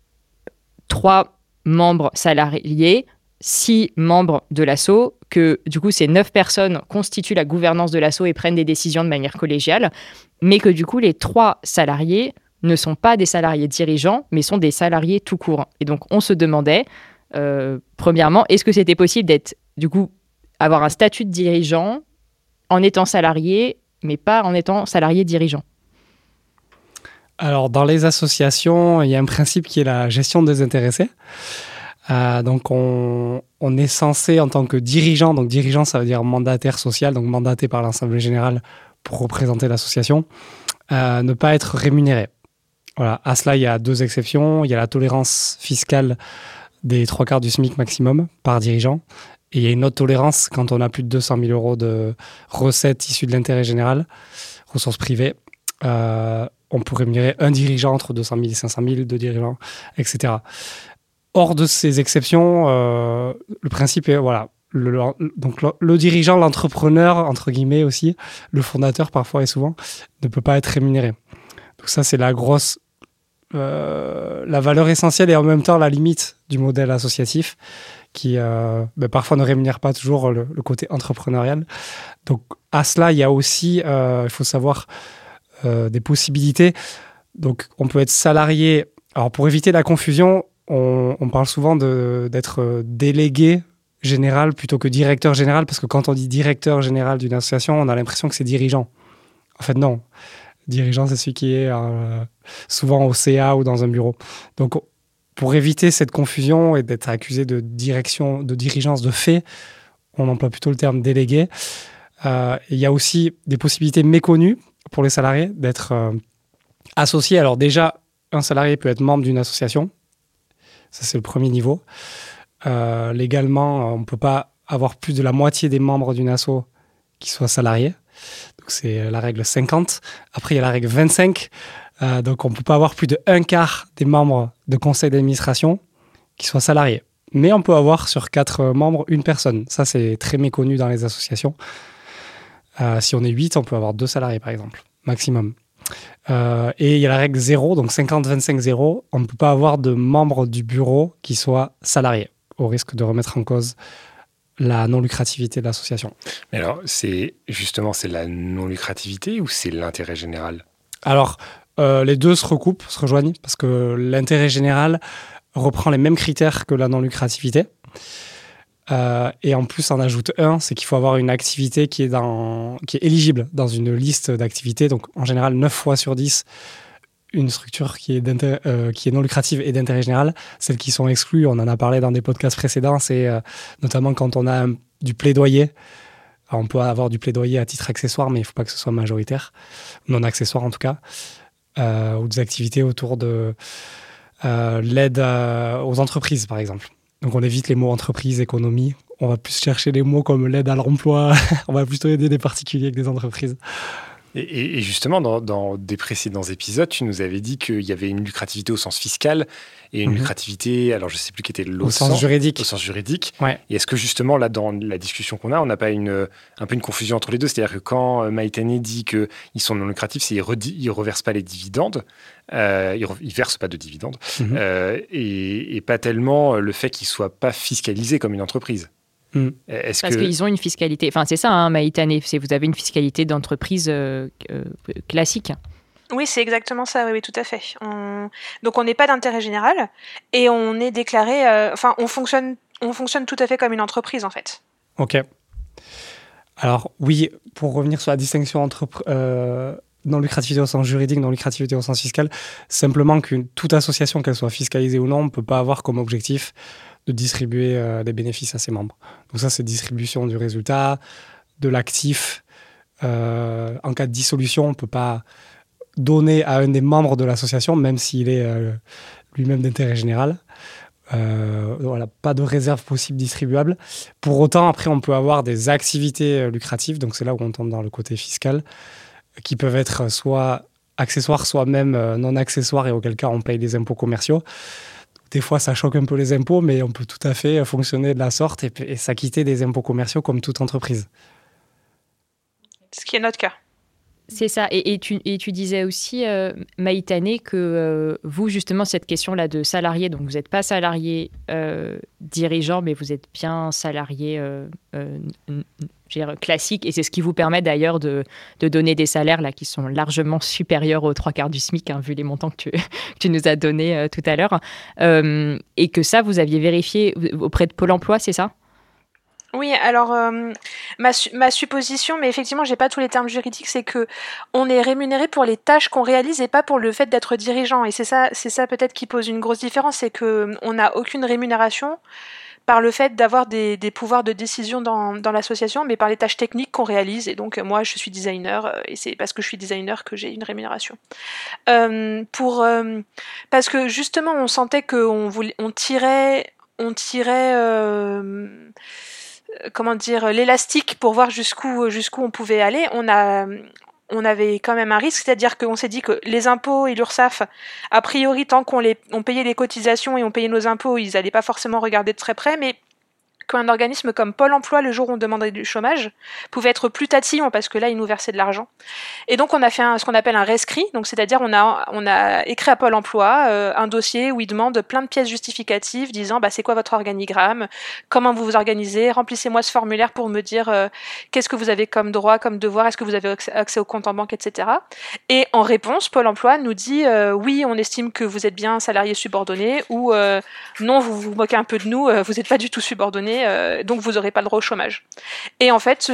3 membres salariés, 6 membres de l'asso, que du coup ces 9 personnes constituent la gouvernance de l'asso et prennent des décisions de manière collégiale, mais que du coup les 3 salariés ne sont pas des salariés dirigeants, mais sont des salariés tout court. Et donc on se demandait, premièrement, est-ce que c'était possible d'être du coup avoir un statut de dirigeant en étant salarié, mais pas en étant salarié dirigeant? Alors, dans les associations, il y a un principe qui est la gestion des intéressés. Donc, on est censé, en tant que dirigeant, donc dirigeant, ça veut dire mandataire social, donc mandaté par l'Assemblée générale pour représenter l'association, ne pas être rémunéré. Voilà. À cela, il y a 2 exceptions. Il y a la tolérance fiscale des 3/4 du SMIC maximum par dirigeant. Et il y a une autre tolérance quand on a plus de 200 000 euros de recettes issues de l'intérêt général, ressources privées. On peut rémunérer un dirigeant entre 200 000 et 500 000, 2 dirigeants, etc. Hors de ces exceptions, le principe est, voilà, le dirigeant, l'entrepreneur, entre guillemets aussi, le fondateur parfois et souvent, ne peut pas être rémunéré. Donc ça, c'est la valeur essentielle et en même temps la limite du modèle associatif qui parfois ne rémunère pas toujours le côté entrepreneurial. Donc à cela, il y a aussi, il faut savoir, des possibilités. Donc on peut être salarié. Alors pour éviter la confusion, on parle souvent d'être délégué général plutôt que directeur général, parce que quand on dit directeur général d'une association, on a l'impression que c'est dirigeant. En fait, non. Dirigeant, c'est celui qui est souvent au CA ou dans un bureau. Donc, pour éviter cette confusion et d'être accusé de dirigeance de fait, on emploie plutôt le terme délégué. Il y a aussi des possibilités méconnues pour les salariés d'être associés. Alors déjà, un salarié peut être membre d'une association. Ça, c'est le premier niveau. Légalement, on ne peut pas avoir plus de la moitié des membres d'une asso qui soient salariés. Donc, c'est la règle 50. Après, il y a la règle 25. Donc, on ne peut pas avoir plus de 1/4 des membres de conseil d'administration qui soient salariés. Mais on peut avoir sur 4 membres une personne. Ça, c'est très méconnu dans les associations. Si on est 8, on peut avoir 2 salariés, par exemple, maximum. Et il y a la règle 0, donc 50-25-0. On ne peut pas avoir de membres du bureau qui soient salariés, au risque de remettre en cause la non-lucrativité de l'association. Mais alors, c'est la non-lucrativité ou c'est l'intérêt général? Alors, les deux se rejoignent, parce que l'intérêt général reprend les mêmes critères que la non-lucrativité. Et en plus, en ajoute un, c'est qu'il faut avoir une activité qui est éligible dans une liste d'activités. Donc, en général, 9 fois sur 10, une structure qui est non lucrative et d'intérêt général. Celles qui sont exclues, on en a parlé dans des podcasts précédents, c'est notamment quand on a du plaidoyer. Alors, on peut avoir du plaidoyer à titre accessoire, mais il ne faut pas que ce soit majoritaire, non accessoire en tout cas, ou des activités autour de l'aide aux entreprises, par exemple. Donc, on évite les mots entreprise, économie. On va plus chercher les mots comme l'aide à l'emploi. On va plutôt aider des particuliers que des entreprises. Et justement, dans des précédents épisodes, tu nous avais dit qu'il y avait une lucrativité au sens fiscal et une lucrativité, alors je ne sais plus quel était l'autre sens. Au sens juridique. Ouais. Et est-ce que justement, là, dans la discussion qu'on a, on n'a pas un peu une confusion entre les deux? C'est-à-dire que quand Maïtane dit qu'ils sont non lucratifs, c'est qu'ils ne reversent pas les dividendes, ils ne versent pas de dividendes, et pas tellement le fait qu'ils ne soient pas fiscalisés comme une entreprise. Parce qu'ils ont une fiscalité, enfin c'est ça, hein, Maïtane, vous avez une fiscalité d'entreprise classique. Oui, c'est exactement ça, oui, tout à fait. Donc on n'est pas d'intérêt général et on est déclaré, on fonctionne tout à fait comme une entreprise en fait. Ok. Alors oui, pour revenir sur la distinction entre non-lucrativité au sens juridique, non-lucrativité au sens fiscal, simplement toute association, qu'elle soit fiscalisée ou non, ne peut pas avoir comme objectif de distribuer des bénéfices à ses membres. Donc ça, c'est distribution du résultat, de l'actif. En cas de dissolution, on ne peut pas donner à un des membres de l'association, même s'il est lui-même d'intérêt général. Voilà, pas de réserve possible distribuable. Pour autant, après, on peut avoir des activités lucratives, donc c'est là où on tombe dans le côté fiscal, qui peuvent être soit accessoires, soit même non accessoires, et auquel cas on paye des impôts commerciaux. Des fois, ça choque un peu les impôts, mais on peut tout à fait fonctionner de la sorte et s'acquitter des impôts commerciaux comme toute entreprise. Ce qui est notre cas. C'est ça. Et tu disais aussi, Maïtane, que vous, justement, cette question-là de salarié, donc vous n'êtes pas salarié dirigeant, mais vous êtes bien salarié classique. Et c'est ce qui vous permet d'ailleurs de donner des salaires là, qui sont largement supérieurs aux 3/4 du SMIC, hein, vu les montants que tu nous as donnés tout à l'heure. Et que ça, vous aviez vérifié auprès de Pôle emploi, c'est ça ? Oui, alors ma supposition, mais effectivement, j'ai pas tous les termes juridiques, c'est que on est rémunéré pour les tâches qu'on réalise et pas pour le fait d'être dirigeant. Et c'est ça peut-être qui pose une grosse différence, c'est que on n'a aucune rémunération par le fait d'avoir des pouvoirs de décision dans l'association, mais par les tâches techniques qu'on réalise. Et donc moi, je suis designer, et c'est parce que je suis designer que j'ai une rémunération. Parce que justement, on sentait qu'on tirait comment dire, l'élastique pour voir jusqu'où on pouvait aller. On avait quand même un risque, c'est-à-dire qu'on s'est dit que les impôts et l'URSSAF, a priori, tant on payait les cotisations et on payait nos impôts, ils n'allaient pas forcément regarder de très près, mais qu'un organisme comme Pôle emploi, le jour où on demandait du chômage, pouvait être plus tatillon parce que là, il nous versait de l'argent. Et donc, on a fait ce qu'on appelle un rescrit, donc c'est-à-dire on a écrit à Pôle emploi un dossier où il demande plein de pièces justificatives disant c'est quoi votre organigramme, comment vous vous organisez, remplissez-moi ce formulaire pour me dire qu'est-ce que vous avez comme droit, comme devoir, est-ce que vous avez accès au compte en banque, etc. Et en réponse, Pôle emploi nous dit oui, on estime que vous êtes bien salarié subordonné, ou non, vous vous moquez un peu de nous, vous n'êtes pas du tout subordonné, donc vous n'aurez pas le droit au chômage. Et en fait,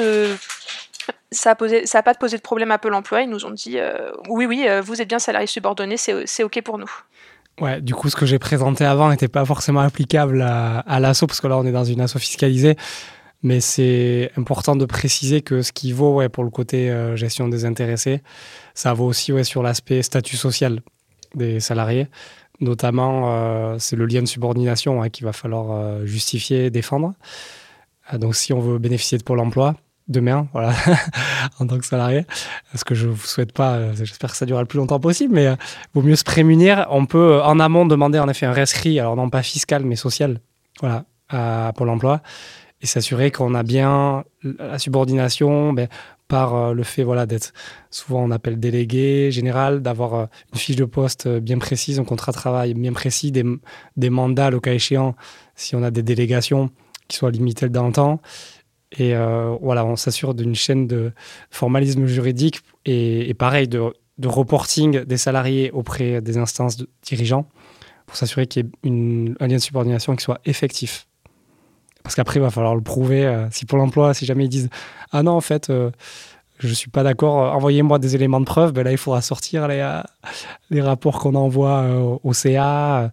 ça n'a pas posé de problème à Pôle emploi. Ils nous ont dit oui, vous êtes bien salarié subordonné, c'est OK pour nous. Ouais, du coup, ce que j'ai présenté avant n'était pas forcément applicable à l'asso, parce que là, on est dans une asso fiscalisée. Mais c'est important de préciser que ce qui vaut pour le côté gestion des intéressés, ça vaut aussi sur l'aspect statut social des salariés. Notamment, c'est le lien de subordination qu'il va falloir justifier, défendre. Donc, si on veut bénéficier de Pôle emploi, demain, voilà, en tant que salarié, ce que je ne vous souhaite pas, j'espère que ça durera le plus longtemps possible, mais vaut mieux se prémunir. On peut, en amont, demander en effet un rescrit, alors non pas fiscal, mais social, voilà, à Pôle emploi, et s'assurer qu'on a bien la subordination, par le fait d'être, souvent on appelle délégué général, d'avoir une fiche de poste bien précise, un contrat de travail bien précis, des mandats, le cas échéant, si on a des délégations qui soient limitées dans le temps. Et on s'assure d'une chaîne de formalisme juridique et pareil, de reporting des salariés auprès des instances dirigeants pour s'assurer qu'il y ait un lien de subordination qui soit effectif. Parce qu'après, il va falloir le prouver. Si Pôle emploi, si jamais ils disent « Ah non, en fait, je ne suis pas d'accord, envoyez-moi des éléments de preuve », là, il faudra sortir les rapports qu'on envoie au CA.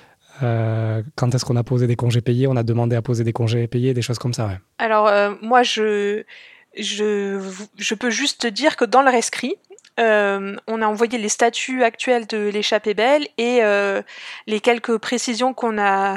Quand est-ce qu'on a posé des congés payés, on a demandé à poser des congés payés, des choses comme ça. Ouais. Alors, moi, je peux juste dire que dans le rescrit, on a envoyé les statuts actuels de l'échappée belle et les quelques précisions qu'on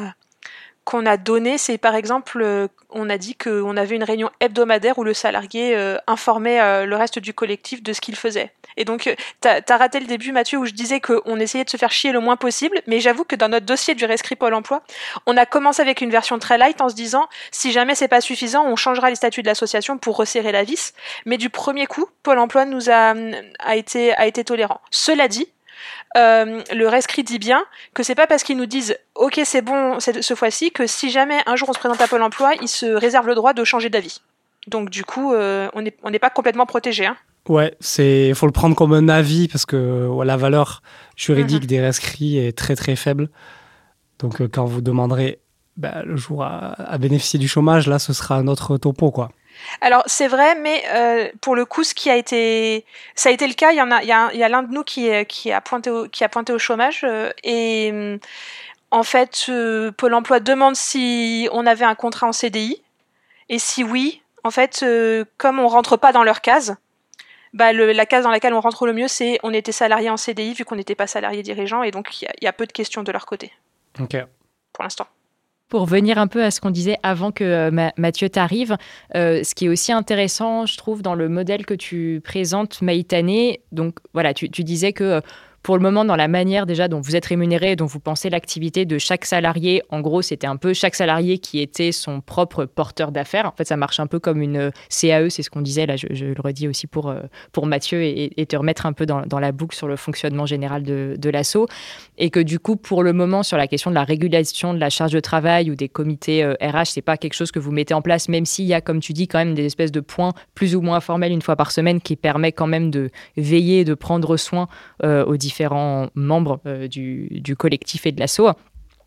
a donné, c'est par exemple, on a dit qu'on avait une réunion hebdomadaire où le salarié informait le reste du collectif de ce qu'il faisait. Et donc, t'as raté le début, Mathieu, où je disais qu'on essayait de se faire chier le moins possible, mais j'avoue que dans notre dossier du rescrit Pôle emploi, on a commencé avec une version très light en se disant, si jamais c'est pas suffisant, on changera les statuts de l'association pour resserrer la vis. Mais du premier coup, Pôle emploi nous a été tolérant. Cela dit, le rescrit dit bien que c'est pas parce qu'ils nous disent ok c'est bon ce fois-ci que si jamais un jour on se présente à Pôle emploi, ils se réservent le droit de changer d'avis. Donc du coup on n'est pas complètement protégé. Ouais, faut le prendre comme un avis parce que la valeur juridique des rescrits est très très faible. Donc quand vous demanderez le jour à bénéficier du chômage, là ce sera un autre topo quoi. Alors c'est vrai, mais pour le coup, ça a été le cas. Il y a l'un de nous qui a pointé au chômage et en fait, Pôle emploi demande si on avait un contrat en CDI et si oui, en fait, comme on rentre pas dans leur case, la case dans laquelle on rentre le mieux, c'est on était salarié en CDI vu qu'on n'était pas salarié dirigeant et donc il y a peu de questions de leur côté. Ok. Pour l'instant. Pour revenir un peu à ce qu'on disait avant que Mathieu t'arrive, ce qui est aussi intéressant, je trouve, dans le modèle que tu présentes, Maïtane, donc voilà, tu disais que pour le moment, dans la manière déjà dont vous êtes rémunéré, dont vous pensez l'activité de chaque salarié, en gros, c'était un peu chaque salarié qui était son propre porteur d'affaires. En fait, ça marche un peu comme une CAE, c'est ce qu'on disait, là, je le redis aussi pour Mathieu et te remettre un peu dans la boucle sur le fonctionnement général de l'asso. Et que du coup, pour le moment, sur la question de la régulation de la charge de travail ou des comités RH, c'est pas quelque chose que vous mettez en place, même s'il y a, comme tu dis, quand même des espèces de points plus ou moins formels une fois par semaine qui permet quand même de veiller, de prendre soin aux différents membres du collectif et de l'asso.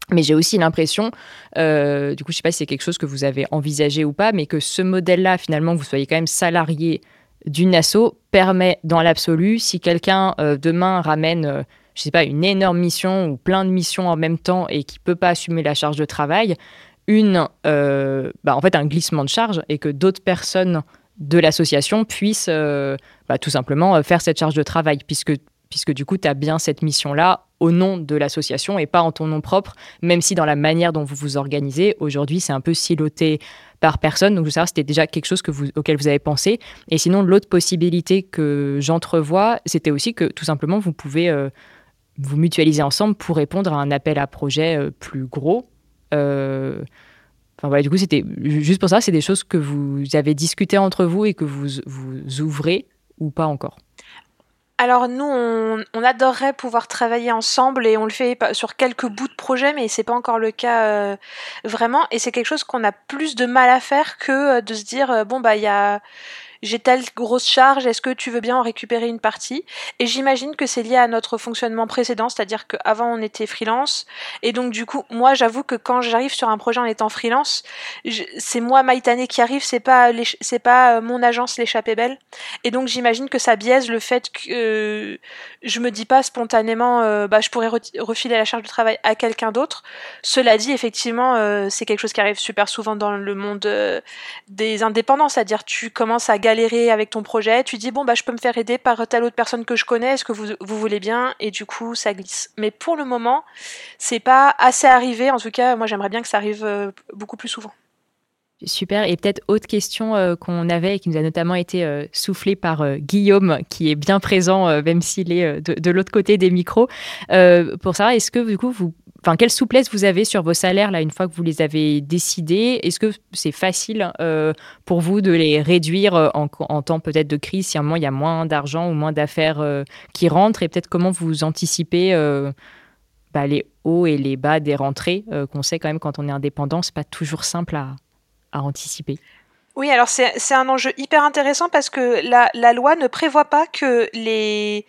Mais j'ai aussi l'impression, du coup, je ne sais pas si c'est quelque chose que vous avez envisagé ou pas, mais que ce modèle-là, finalement, vous soyez quand même salarié d'une asso, permet dans l'absolu, si quelqu'un demain ramène, je ne sais pas, une énorme mission ou plein de missions en même temps et qui ne peut pas assumer la charge de travail, en fait, un glissement de charge et que d'autres personnes de l'association puissent tout simplement faire cette charge de travail, puisque du coup, tu as bien cette mission-là au nom de l'association et pas en ton nom propre, même si dans la manière dont vous vous organisez, aujourd'hui, c'est un peu siloté par personne. Donc, je veux savoir si c'était déjà quelque chose auquel vous avez pensé. Et sinon, l'autre possibilité que j'entrevois, c'était aussi que tout simplement, vous pouvez vous mutualiser ensemble pour répondre à un appel à projet plus gros. Du coup, c'était juste pour ça, c'est des choses que vous avez discutées entre vous et que vous ouvrez ou pas encore? Alors nous, on adorerait pouvoir travailler ensemble et on le fait sur quelques bouts de projet, mais c'est pas encore le cas vraiment. Et c'est quelque chose qu'on a plus de mal à faire que de se dire j'ai telle grosse charge, est-ce que tu veux bien en récupérer une partie? Et j'imagine que c'est lié à notre fonctionnement précédent, c'est-à-dire qu'avant on était freelance, et donc du coup, moi j'avoue que quand j'arrive sur un projet en étant freelance, c'est moi Maïtane qui arrive, c'est pas mon agence l'Échappée Belle, et donc j'imagine que ça biaise le fait que je me dis pas spontanément, je pourrais refiler la charge de travail à quelqu'un d'autre. Cela dit, effectivement, c'est quelque chose qui arrive super souvent dans le monde des indépendants, c'est-à-dire tu commences à galérer avec ton projet, tu dis je peux me faire aider par telle autre personne que je connais, est-ce que vous voulez bien? Et du coup ça glisse. Mais pour le moment, c'est pas assez arrivé, en tout cas moi j'aimerais bien que ça arrive beaucoup plus souvent. Super. Et peut-être autre question qu'on avait et qui nous a notamment été soufflée par Guillaume, qui est bien présent, même s'il est de l'autre côté des micros, pour savoir, est-ce que du coup, quelle souplesse vous avez sur vos salaires là, une fois que vous les avez décidés? Est-ce que c'est facile pour vous de les réduire en temps peut-être de crise, si à un moment il y a moins d'argent ou moins d'affaires qui rentrent? Et peut-être comment vous anticipez les hauts et les bas des rentrées, qu'on sait quand même quand on est indépendant, c'est pas toujours simple à anticiper. Oui, alors c'est un enjeu hyper intéressant parce que la loi ne prévoit pas que les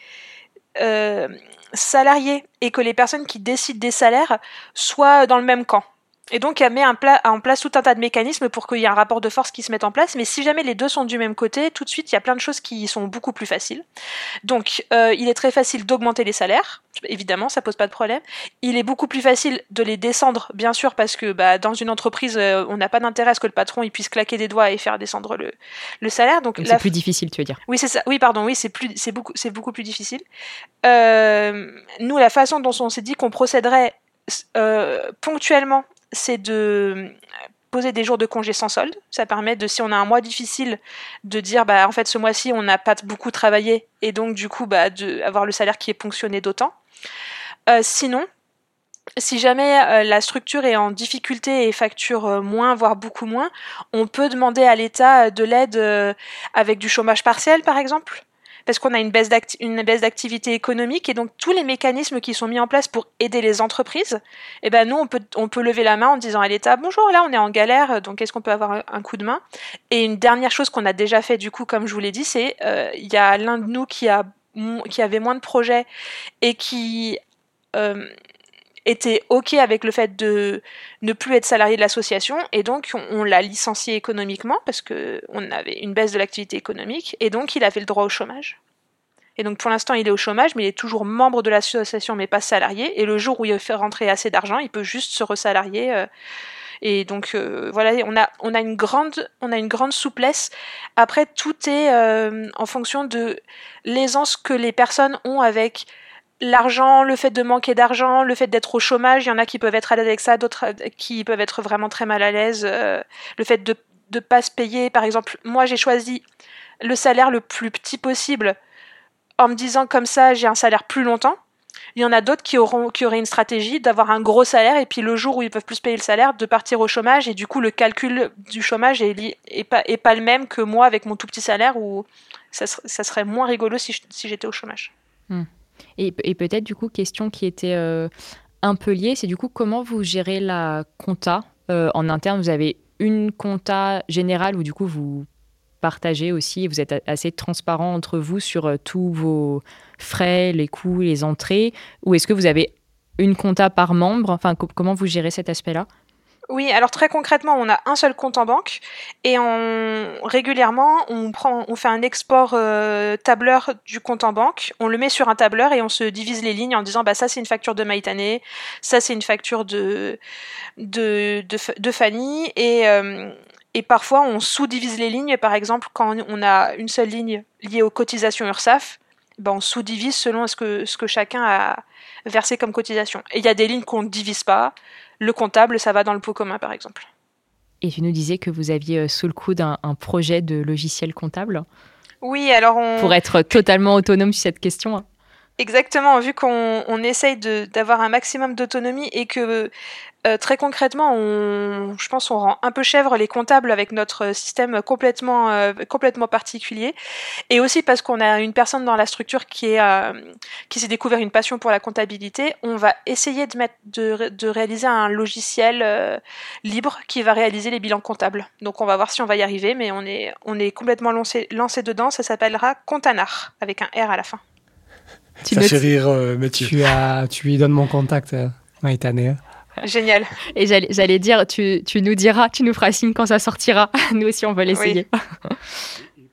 salariés et que les personnes qui décident des salaires soient dans le même camp. Et donc, elle met en place tout un tas de mécanismes pour qu'il y ait un rapport de force qui se mette en place. Mais si jamais les deux sont du même côté, tout de suite, il y a plein de choses qui sont beaucoup plus faciles. Donc, il est très facile d'augmenter les salaires. Évidemment, ça pose pas de problème. Il est beaucoup plus facile de les descendre, bien sûr, parce que dans une entreprise, on n'a pas d'intérêt à ce que le patron il puisse claquer des doigts et faire descendre le salaire. Donc c'est plus difficile, tu veux dire? Oui, c'est ça. Oui, pardon. Oui, c'est beaucoup plus difficile. Nous, la façon dont on s'est dit qu'on procéderait ponctuellement, c'est de poser des jours de congé sans solde. Ça permet de, si on a un mois difficile, de dire en fait ce mois-ci on n'a pas beaucoup travaillé et donc du coup avoir le salaire qui est ponctionné d'autant. Sinon, si jamais la structure est en difficulté et facture moins, voire beaucoup moins, on peut demander à l'État de l'aide avec du chômage partiel par exemple, parce qu'on a une baisse d'activité économique, et donc tous les mécanismes qui sont mis en place pour aider les entreprises, nous on peut lever la main en disant à l'État bonjour, là on est en galère, donc est-ce qu'on peut avoir un coup de main? Et une dernière chose qu'on a déjà fait du coup, comme je vous l'ai dit, c'est il y a l'un de nous qui avait moins de projets et qui était OK avec le fait de ne plus être salarié de l'association, et donc on l'a licencié économiquement parce qu'on avait une baisse de l'activité économique, et donc il avait le droit au chômage. Et donc pour l'instant il est au chômage, mais il est toujours membre de l'association mais pas salarié, et le jour où il fait rentrer assez d'argent, il peut juste se resalarier. Et donc voilà, on a une grande souplesse. Après tout est en fonction de l'aisance que les personnes ont avec l'argent, le fait de manquer d'argent, le fait d'être au chômage. Il y en a qui peuvent être à l'aise avec ça, d'autres qui peuvent être vraiment très mal à l'aise. Le fait de ne pas se payer, par exemple, moi j'ai choisi le salaire le plus petit possible en me disant comme ça j'ai un salaire plus longtemps. Il y en a d'autres qui auraient une stratégie d'avoir un gros salaire et puis le jour où ils peuvent plus se payer le salaire, de partir au chômage, et du coup le calcul du chômage est pas le même que moi avec mon tout petit salaire, où ça serait moins rigolo si j'étais au chômage. Et peut-être du coup, question qui était un peu liée, c'est du coup comment vous gérez la compta en interne? Vous avez une compta générale où du coup vous partagez aussi, vous êtes assez transparent entre vous sur tous vos frais, les coûts, les entrées, ou est-ce que vous avez une compta par membre. Enfin, comment vous gérez cet aspect-là ? Oui, alors très concrètement, on a un seul compte en banque et régulièrement, on fait un export tableur du compte en banque, on le met sur un tableur et on se divise les lignes en disant bah ça c'est une facture de Maïtane, ça c'est une facture de Fanny et parfois on sous-divise les lignes. Par exemple, quand on a une seule ligne liée aux cotisations URSSAF, ben on sous-divise selon ce que chacun a versé comme cotisation. Et il y a des lignes qu'on ne divise pas. Le comptable, ça va dans le pot commun, par exemple. Et tu nous disais que vous aviez sous le coude un projet de logiciel comptable. Oui, alors pour être totalement autonome sur cette question. Exactement, vu qu'on essaye d'avoir un maximum d'autonomie et que très concrètement, je pense qu'on rend un peu chèvre les comptables avec notre système complètement particulier. Et aussi parce qu'on a une personne dans la structure qui s'est découvert une passion pour la comptabilité, on va essayer de réaliser un logiciel libre qui va réaliser les bilans comptables. Donc on va voir si on va y arriver, mais on est complètement lancé dedans. Ça s'appellera Comptanar, avec un R à la fin. Ça fait rire Mathieu. Tu lui donnes mon contact, Maïtane. Génial. Et j'allais dire, tu nous diras, tu nous feras signe quand ça sortira. Nous aussi, on va l'essayer. Oui.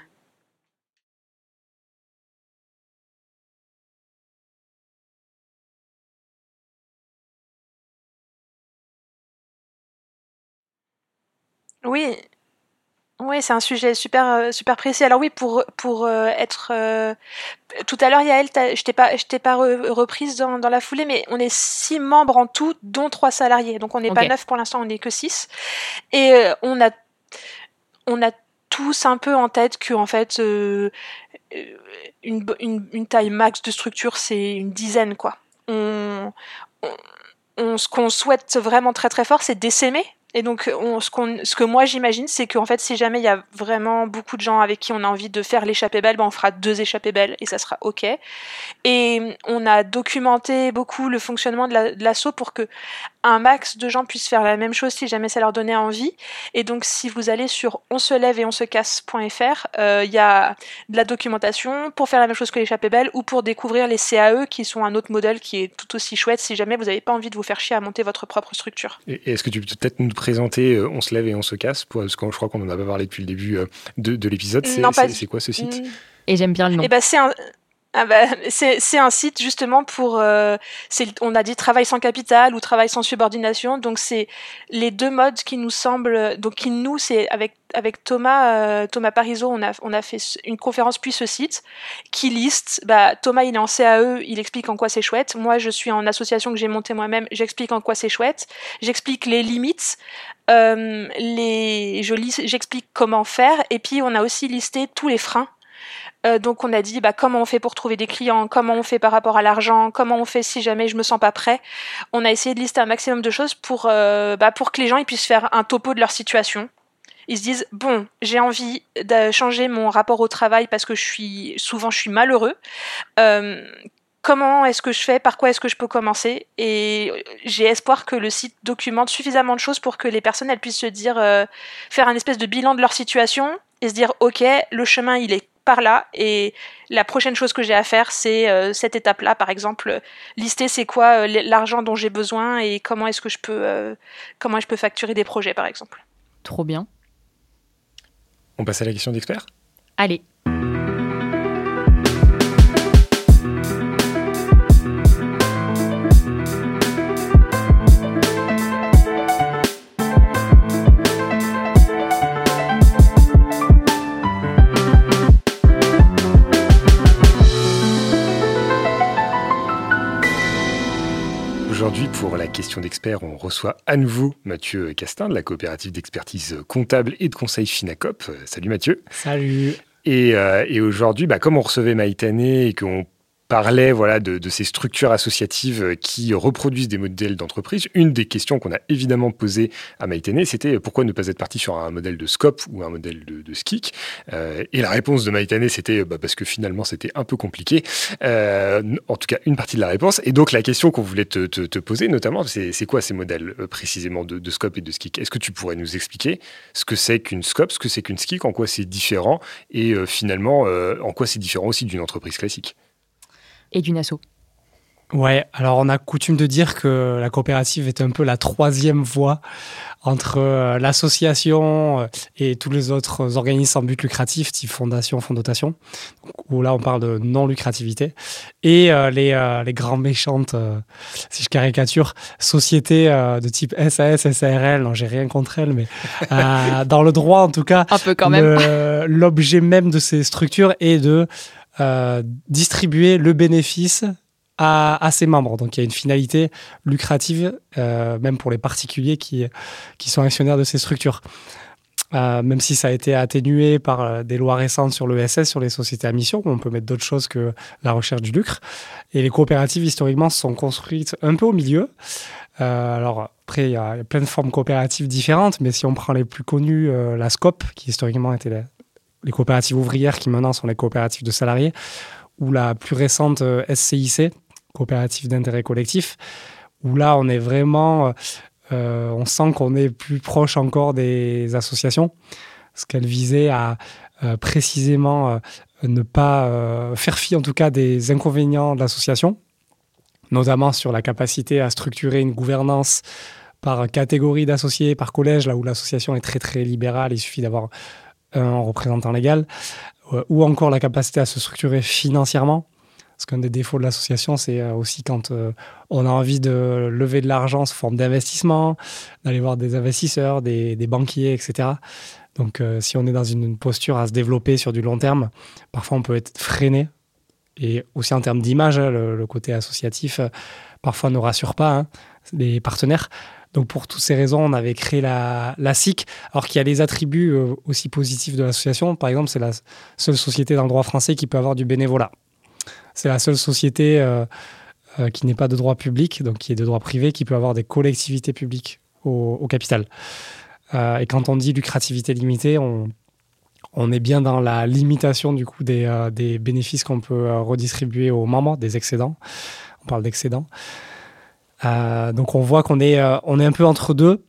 Oui, c'est un sujet super précis. Alors oui, pour être tout à l'heure, Yael, je t'ai pas reprise dans la foulée, mais on est 6 membres en tout, dont 3 salariés. Donc on n'est pas 9 pour l'instant, on n'est que 6. Et on a tous un peu en tête que en fait une taille max de structure, c'est une dizaine, quoi. Ce qu'on souhaite vraiment très très fort, c'est d'essaimer. Et donc, ce que moi j'imagine, c'est qu'en fait, si jamais il y a vraiment beaucoup de gens avec qui on a envie de faire l'échappée belle, ben on fera 2 échappées belles et ça sera OK. Et on a documenté beaucoup le fonctionnement de l'asso pour que un max de gens puissent faire la même chose si jamais ça leur donnait envie. Et donc, si vous allez sur onselève-et-onsecasse.fr, il y a de la documentation pour faire la même chose que l'échappée belle ou pour découvrir les CAE qui sont un autre modèle qui est tout aussi chouette si jamais vous n'avez pas envie de vous faire chier à monter votre propre structure. Et est-ce que tu peux peut-être nous présenter On se lève et on se casse, parce que je crois qu'on en a pas parlé depuis le début de l'épisode. C'est quoi ce site ? Et j'aime bien le nom. Et c'est un site justement pour on a dit travail sans capital ou travail sans subordination, donc c'est les deux modes qui nous semblent, donc c'est avec Thomas Parisot, on a fait une conférence puis ce site qui liste, Thomas il est en CAE, il explique en quoi c'est chouette, moi je suis en association que j'ai montée moi-même, j'explique en quoi c'est chouette, j'explique les limites, j'explique comment faire, et puis on a aussi listé tous les freins. Donc on a dit comment on fait pour trouver des clients, comment on fait par rapport à l'argent, comment on fait si jamais je me sens pas prêt. On a essayé de lister un maximum de choses pour que les gens ils puissent faire un topo de leur situation. Ils se disent bon, j'ai envie de changer mon rapport au travail parce que je suis malheureux. Comment est-ce que je fais ? Par quoi est-ce que je peux commencer ? Et j'ai espoir que le site documente suffisamment de choses pour que les personnes elles puissent se dire faire un espèce de bilan de leur situation et se dire ok, le chemin il est par là et la prochaine chose que j'ai à faire c'est cette étape là, par exemple lister c'est quoi l'argent dont j'ai besoin et comment est-ce que je peux facturer des projets, par exemple. Trop bien. On passe à la question d'expert ? Allez. Aujourd'hui, pour la question d'expert, on reçoit à nouveau Mathieu Castin de la coopérative d'expertise comptable et de conseil Finacop. Salut Mathieu. Salut. Et aujourd'hui, comme on recevait Maïtane et qu'on parlait de ces structures associatives qui reproduisent des modèles d'entreprise, une des questions qu'on a évidemment posées à Maïtane, c'était pourquoi ne pas être parti sur un modèle de SCOP ou un modèle de SKIC. Et la réponse de Maïtane, c'était parce que finalement, c'était un peu compliqué. En tout cas, une partie de la réponse. Et donc, la question qu'on voulait te poser, notamment, c'est quoi ces modèles précisément de SCOP et de SKIC ? Est-ce que tu pourrais nous expliquer ce que c'est qu'une SCOP, ce que c'est qu'une SKIC, en quoi c'est différent et finalement, en quoi c'est différent aussi d'une entreprise classique ? Et d'une asso. Ouais, alors on a coutume de dire que la coopérative est un peu la troisième voie entre l'association et tous les autres organismes sans but lucratif, type fondation, fonds de dotation, où là on parle de non-lucrativité, et les grands méchantes, si je caricature, sociétés de type SAS, SARL, non j'ai rien contre elles, mais dans le droit en tout cas, Un peu quand même. l'objet même de ces structures est de distribuer le bénéfice à ses membres. Donc il y a une finalité lucrative, même pour les particuliers qui sont actionnaires de ces structures. Même si ça a été atténué par des lois récentes sur l'ESS, sur les sociétés à mission, où on peut mettre d'autres choses que la recherche du lucre. Et les coopératives, historiquement, se sont construites un peu au milieu. Alors après, il y a plein de formes coopératives différentes, mais si on prend les plus connues, la SCOP, qui historiquement était les coopératives ouvrières, qui maintenant sont les coopératives de salariés, ou la plus récente SCIC, coopérative d'intérêt collectif, où là, on est vraiment... on sent qu'on est plus proche encore des associations, parce qu'elles visaient à précisément ne pas faire fi, en tout cas, des inconvénients de l'association, notamment sur la capacité à structurer une gouvernance par catégorie d'associés, par collège, là où l'association est très, très libérale, il suffit d'avoir un représentant légal, ou encore la capacité à se structurer financièrement. Parce qu'un des défauts de l'association, c'est aussi quand on a envie de lever de l'argent sous forme d'investissement, d'aller voir des investisseurs, des banquiers, etc. Donc, si on est dans une posture à se développer sur du long terme, parfois on peut être freiné. Et aussi en termes d'image, le côté associatif, parfois ne rassure pas les partenaires. Donc, pour toutes ces raisons, on avait créé la SIC, alors qu'il y a les attributs aussi positifs de l'association. Par exemple, c'est la seule société dans le droit français qui peut avoir du bénévolat. C'est la seule société qui n'est pas de droit public, donc qui est de droit privé, qui peut avoir des collectivités publiques au capital. Et quand on dit lucrativité limitée, on est bien dans la limitation du coup des bénéfices qu'on peut redistribuer aux membres, des excédents. On parle d'excédents. Donc on voit qu'on est un peu entre deux.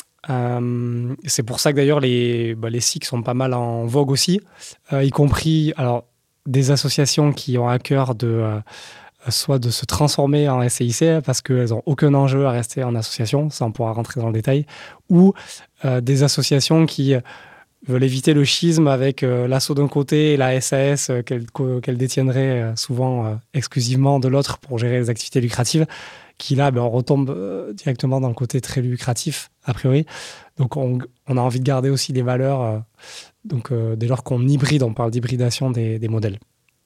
C'est pour ça que d'ailleurs les SIC sont pas mal en vogue aussi, y compris... Alors, des associations qui ont à cœur soit de se transformer en SCIC parce qu'elles n'ont aucun enjeu à rester en association, ça on pourra rentrer dans le détail, ou des associations qui veulent éviter le schisme avec l'asso d'un côté et la SAS qu'elles détiendraient souvent exclusivement de l'autre pour gérer les activités lucratives, qui là, on retombe directement dans le côté très lucratif, a priori. Donc on a envie de garder aussi les valeurs... Donc, dès lors qu'on hybride, on parle d'hybridation des modèles.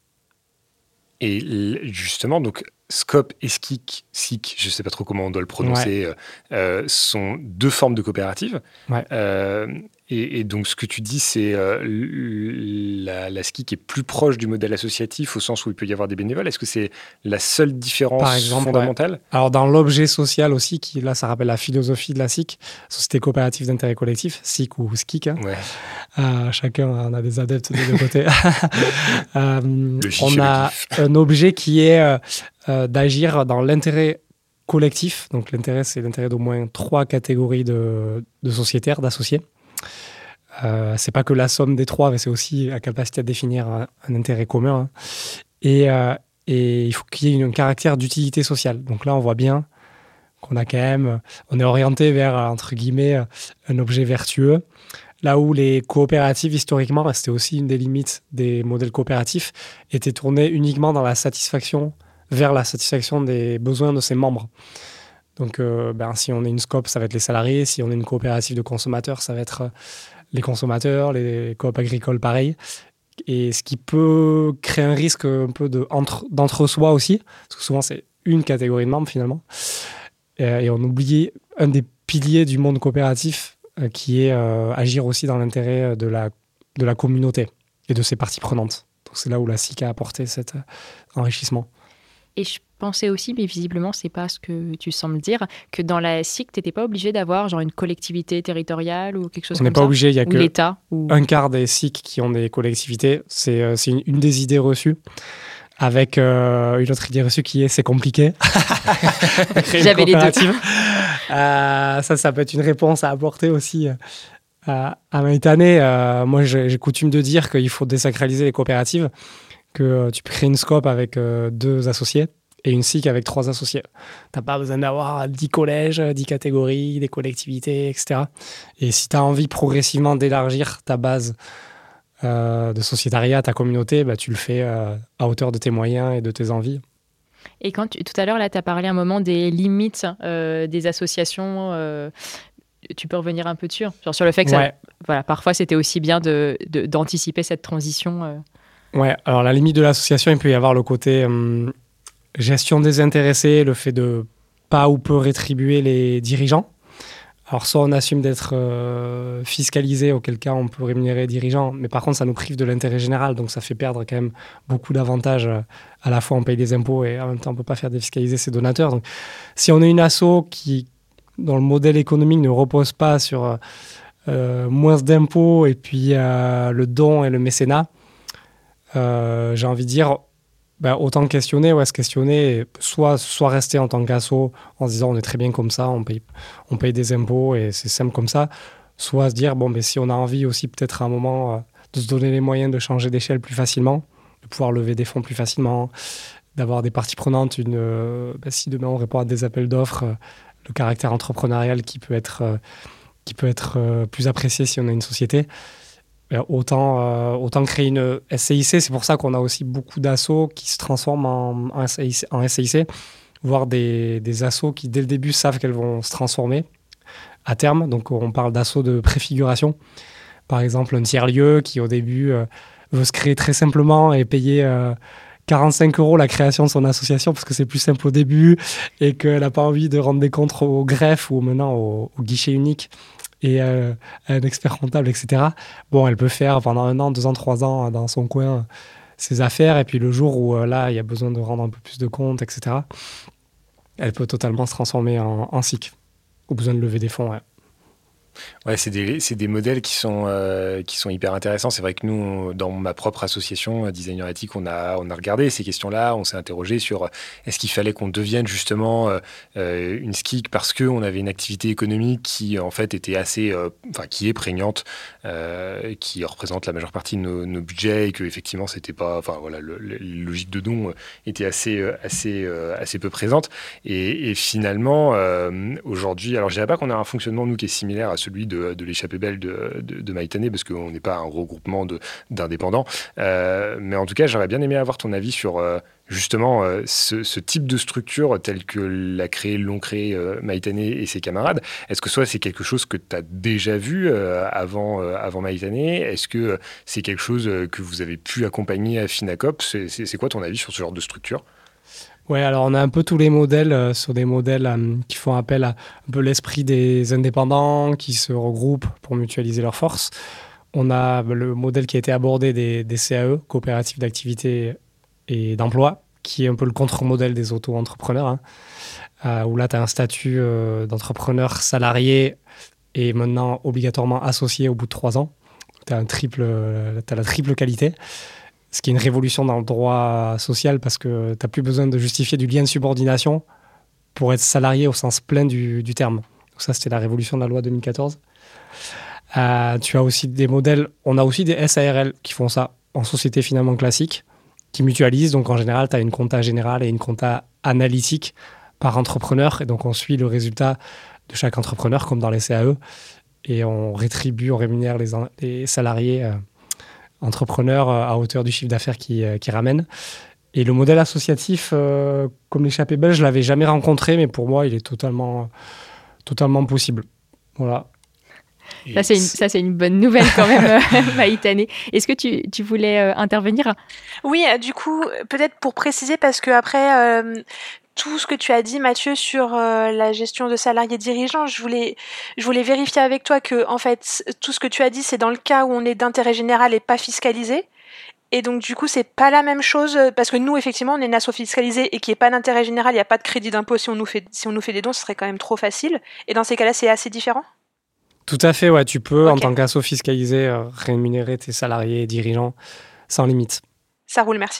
Et justement, donc SCOP et SIC, je ne sais pas trop comment on doit le prononcer, sont deux formes de coopératives. Ouais. Et donc, ce que tu dis, c'est la SCIC est plus proche du modèle associatif au sens où il peut y avoir des bénévoles. Est-ce que c'est la seule différence fondamentale ? Ouais. Alors, dans l'objet social aussi, qui là, ça rappelle la philosophie de la SIC, Société coopérative d'intérêt collectif, SIC ou SCIC. Chacun en a des adeptes des deux côtés. On a un objet qui est d'agir dans l'intérêt collectif. Donc, l'intérêt, c'est l'intérêt d'au moins 3 catégories de sociétaires, d'associés. C'est pas que la somme des 3, mais c'est aussi la capacité à définir un intérêt commun. Et il faut qu'il y ait un caractère d'utilité sociale. Donc là, on voit bien qu'on a quand même... On est orienté vers, entre guillemets, un objet vertueux. Là où les coopératives, historiquement, c'était aussi une des limites des modèles coopératifs, étaient tournées uniquement dans la satisfaction, vers la satisfaction des besoins de ses membres. Donc, si on est une SCOP, ça va être les salariés. Si on est une coopérative de consommateurs, ça va être les consommateurs, les coop agricoles, pareil. Et ce qui peut créer un risque un peu d'entre-soi aussi, parce que souvent, c'est une catégorie de membres, finalement. Et on oublie un des piliers du monde coopératif, qui est agir aussi dans l'intérêt de la communauté et de ses parties prenantes. Donc, c'est là où la SIC a apporté cet enrichissement. Et je pensais aussi, mais visiblement, c'est pas ce que tu sembles dire, que dans la SIC, tu n'étais pas obligé d'avoir genre une collectivité territoriale ou quelque chose comme ça. On n'est pas obligé, il n'y a ou que l'État, un quart des SIC qui ont des collectivités. C'est une des idées reçues. Avec une autre idée reçue qui est c'est compliqué. J'avais les deux. Ça peut être une réponse à apporter aussi à Maïtane. Moi, j'ai coutume de dire qu'il faut désacraliser les coopératives, que tu peux créer une SCOP avec 2 associés et une SIC avec 3 associés. Tu n'as pas besoin d'avoir 10 collèges, 10 catégories, des collectivités, etc. Et si tu as envie progressivement d'élargir ta base de sociétariat, ta communauté, tu le fais à hauteur de tes moyens et de tes envies. Et quand tout à l'heure, là, tu as parlé un moment des limites des associations. Tu peux revenir un peu dessus, genre sur le fait que parfois, c'était aussi bien d'anticiper cette transition. Ouais, alors la limite de l'association, il peut y avoir le côté gestion désintéressée, le fait de pas ou peu rétribuer les dirigeants. Alors, soit on assume d'être fiscalisé, auquel cas on peut rémunérer les dirigeants, mais par contre, ça nous prive de l'intérêt général, donc ça fait perdre quand même beaucoup d'avantages. À la fois, on paye des impôts et en même temps, on ne peut pas faire défiscaliser ses donateurs. Donc, si on est une asso dont le modèle économique ne repose pas sur moins d'impôts et puis le don et le mécénat, j'ai envie de dire, autant questionner, se questionner, soit rester en tant qu'asso en se disant on est très bien comme ça, on paye des impôts et c'est simple comme ça, soit se dire si on a envie aussi peut-être à un moment de se donner les moyens de changer d'échelle plus facilement, de pouvoir lever des fonds plus facilement, d'avoir des parties prenantes, si demain on répond à des appels d'offres, le caractère entrepreneurial qui peut être plus apprécié si on a une société. Autant créer une SCIC. C'est pour ça qu'on a aussi beaucoup d'assos qui se transforment en SCIC, voire des assos qui, dès le début, savent qu'elles vont se transformer à terme. Donc, on parle d'assos de préfiguration. Par exemple, un tiers-lieu qui, au début, veut se créer très simplement et payer 45 € la création de son association parce que c'est plus simple au début et qu'elle n'a pas envie de rendre des comptes au greffe ou maintenant au guichet unique et un expert comptable, etc. Elle peut faire pendant 1 an, 2 ans, 3 ans dans son coin ses affaires, et puis le jour où là, il y a besoin de rendre un peu plus de comptes, etc., elle peut totalement se transformer en SIC, au besoin de lever des fonds. Ouais, c'est des modèles qui sont hyper intéressants. C'est vrai que nous, dans ma propre association Designer Éthique, on a regardé ces questions-là. On s'est interrogé sur est-ce qu'il fallait qu'on devienne justement une SCIC parce qu'on avait une activité économique qui en fait était qui est prégnante, qui représente la majeure partie de nos budgets et que effectivement c'était pas, la logique de don était assez peu présente. Et finalement aujourd'hui, alors je dirais pas qu'on a un fonctionnement nous qui est similaire à celui de l'échappée belle de Maïtane, parce qu'on n'est pas un regroupement d'indépendants. Mais en tout cas, j'aurais bien aimé avoir ton avis sur justement ce type de structure telle que l'ont créé Maïtane et ses camarades. Est-ce que soit c'est quelque chose que tu as déjà vu avant Maïtane? Est-ce que c'est quelque chose que vous avez pu accompagner à Finacop? C'est quoi ton avis sur ce genre de structure? Ouais, alors on a un peu tous les modèles sur des modèles qui font appel à un peu l'esprit des indépendants qui se regroupent pour mutualiser leurs forces. On a le modèle qui a été abordé des CAE, coopératives d'activité et d'emploi, qui est un peu le contre-modèle des auto-entrepreneurs, où là tu as un statut d'entrepreneur salarié et maintenant obligatoirement associé au bout de 3 ans. Tu as la triple qualité. Ce qui est une révolution dans le droit social parce que tu n'as plus besoin de justifier du lien de subordination pour être salarié au sens plein du terme. Donc ça, c'était la révolution de la loi 2014. Tu as aussi des modèles, on a aussi des SARL qui font ça en société finalement classique, qui mutualisent. Donc en général, tu as une compta générale et une compta analytique par entrepreneur. Et donc on suit le résultat de chaque entrepreneur comme dans les CAE. Et on rémunère les salariés entrepreneurs à hauteur du chiffre d'affaires qui ramène. Et le modèle associatif, comme l'échappée belle, je ne l'avais jamais rencontré, mais pour moi, il est totalement possible. Voilà. Ça, c'est une bonne nouvelle quand même, Maïtane. Est-ce que tu voulais intervenir? Oui, du coup, peut-être pour préciser, parce que après tout ce que tu as dit, Mathieu, sur la gestion de salariés dirigeants, je voulais vérifier avec toi que, en fait, tout ce que tu as dit, c'est dans le cas où on est d'intérêt général et pas fiscalisé. Et donc, du coup, c'est pas la même chose, parce que nous, effectivement, on est une asso fiscalisée et qui est pas d'intérêt général, il n'y a pas de crédit d'impôt si on nous fait des dons, ce serait quand même trop facile. Et dans ces cas-là, c'est assez différent? Tout à fait, ouais. Tu peux, en tant qu'asso fiscalisé, rémunérer tes salariés et dirigeants sans limite. Ça roule, merci.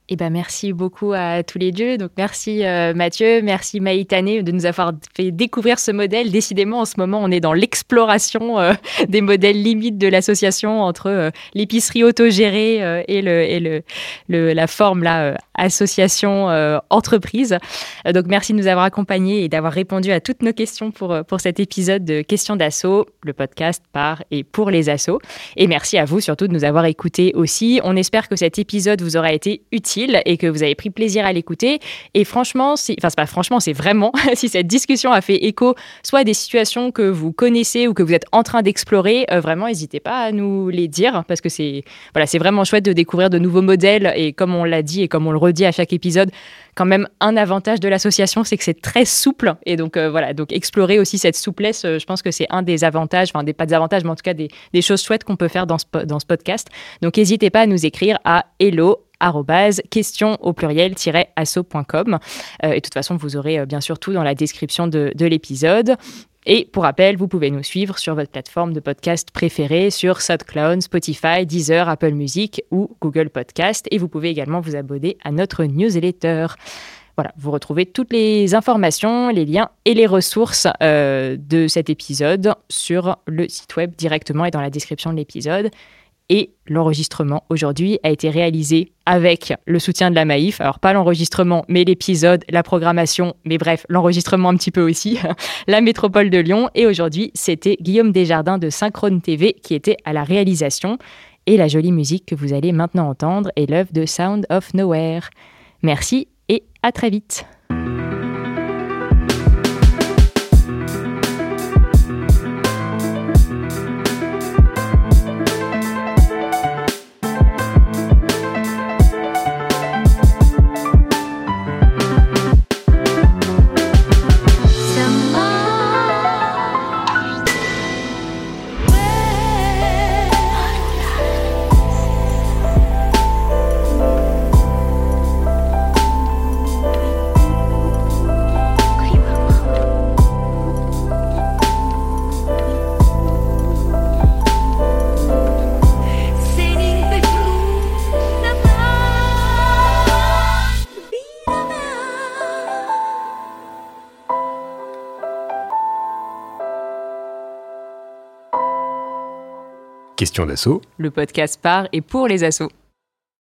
Eh ben, merci beaucoup à tous les deux. Donc, merci Mathieu, merci Maïtane de nous avoir fait découvrir ce modèle. Décidément, en ce moment, on est dans l'exploration des modèles limites de l'association entre l'épicerie autogérée et la forme là, association entreprise. Donc, merci de nous avoir accompagnés et d'avoir répondu à toutes nos questions pour cet épisode de Questions d'Asso, le podcast par et pour les assos. Et merci à vous surtout de nous avoir écoutés aussi. On espère que cet épisode vous aura été utile et que vous avez pris plaisir à l'écouter. Et franchement, c'est vraiment, si cette discussion a fait écho soit à des situations que vous connaissez ou que vous êtes en train d'explorer, vraiment, n'hésitez pas à nous les dire parce que c'est vraiment chouette de découvrir de nouveaux modèles. Et comme on l'a dit et comme on le redit à chaque épisode, quand même, un avantage de l'association, c'est que c'est très souple. Et donc, donc explorer aussi cette souplesse, je pense que c'est un des avantages, pas des avantages, mais en tout cas des choses chouettes qu'on peut faire dans ce podcast. Donc, n'hésitez pas à nous écrire à hello@questions au pluriel-asso.com. Et de toute façon, vous aurez bien sûr tout dans la description de l'épisode. Et pour rappel, vous pouvez nous suivre sur votre plateforme de podcast préférée, sur SoundCloud, Spotify, Deezer, Apple Music ou Google Podcast. Et vous pouvez également vous abonner à notre newsletter. Voilà, vous retrouvez toutes les informations, les liens et les ressources de cet épisode sur le site web directement et dans la description de l'épisode. Et l'enregistrement aujourd'hui a été réalisé avec le soutien de la Maïf. Alors pas l'enregistrement, mais l'épisode, la programmation, mais bref, l'enregistrement un petit peu aussi, la métropole de Lyon. Et aujourd'hui, c'était Guillaume Desjardins de Synchrone TV qui était à la réalisation. Et la jolie musique que vous allez maintenant entendre est l'œuvre de Sound of Nowhere. Merci et à très vite. Questions d'Asso, le podcast par et pour les assos.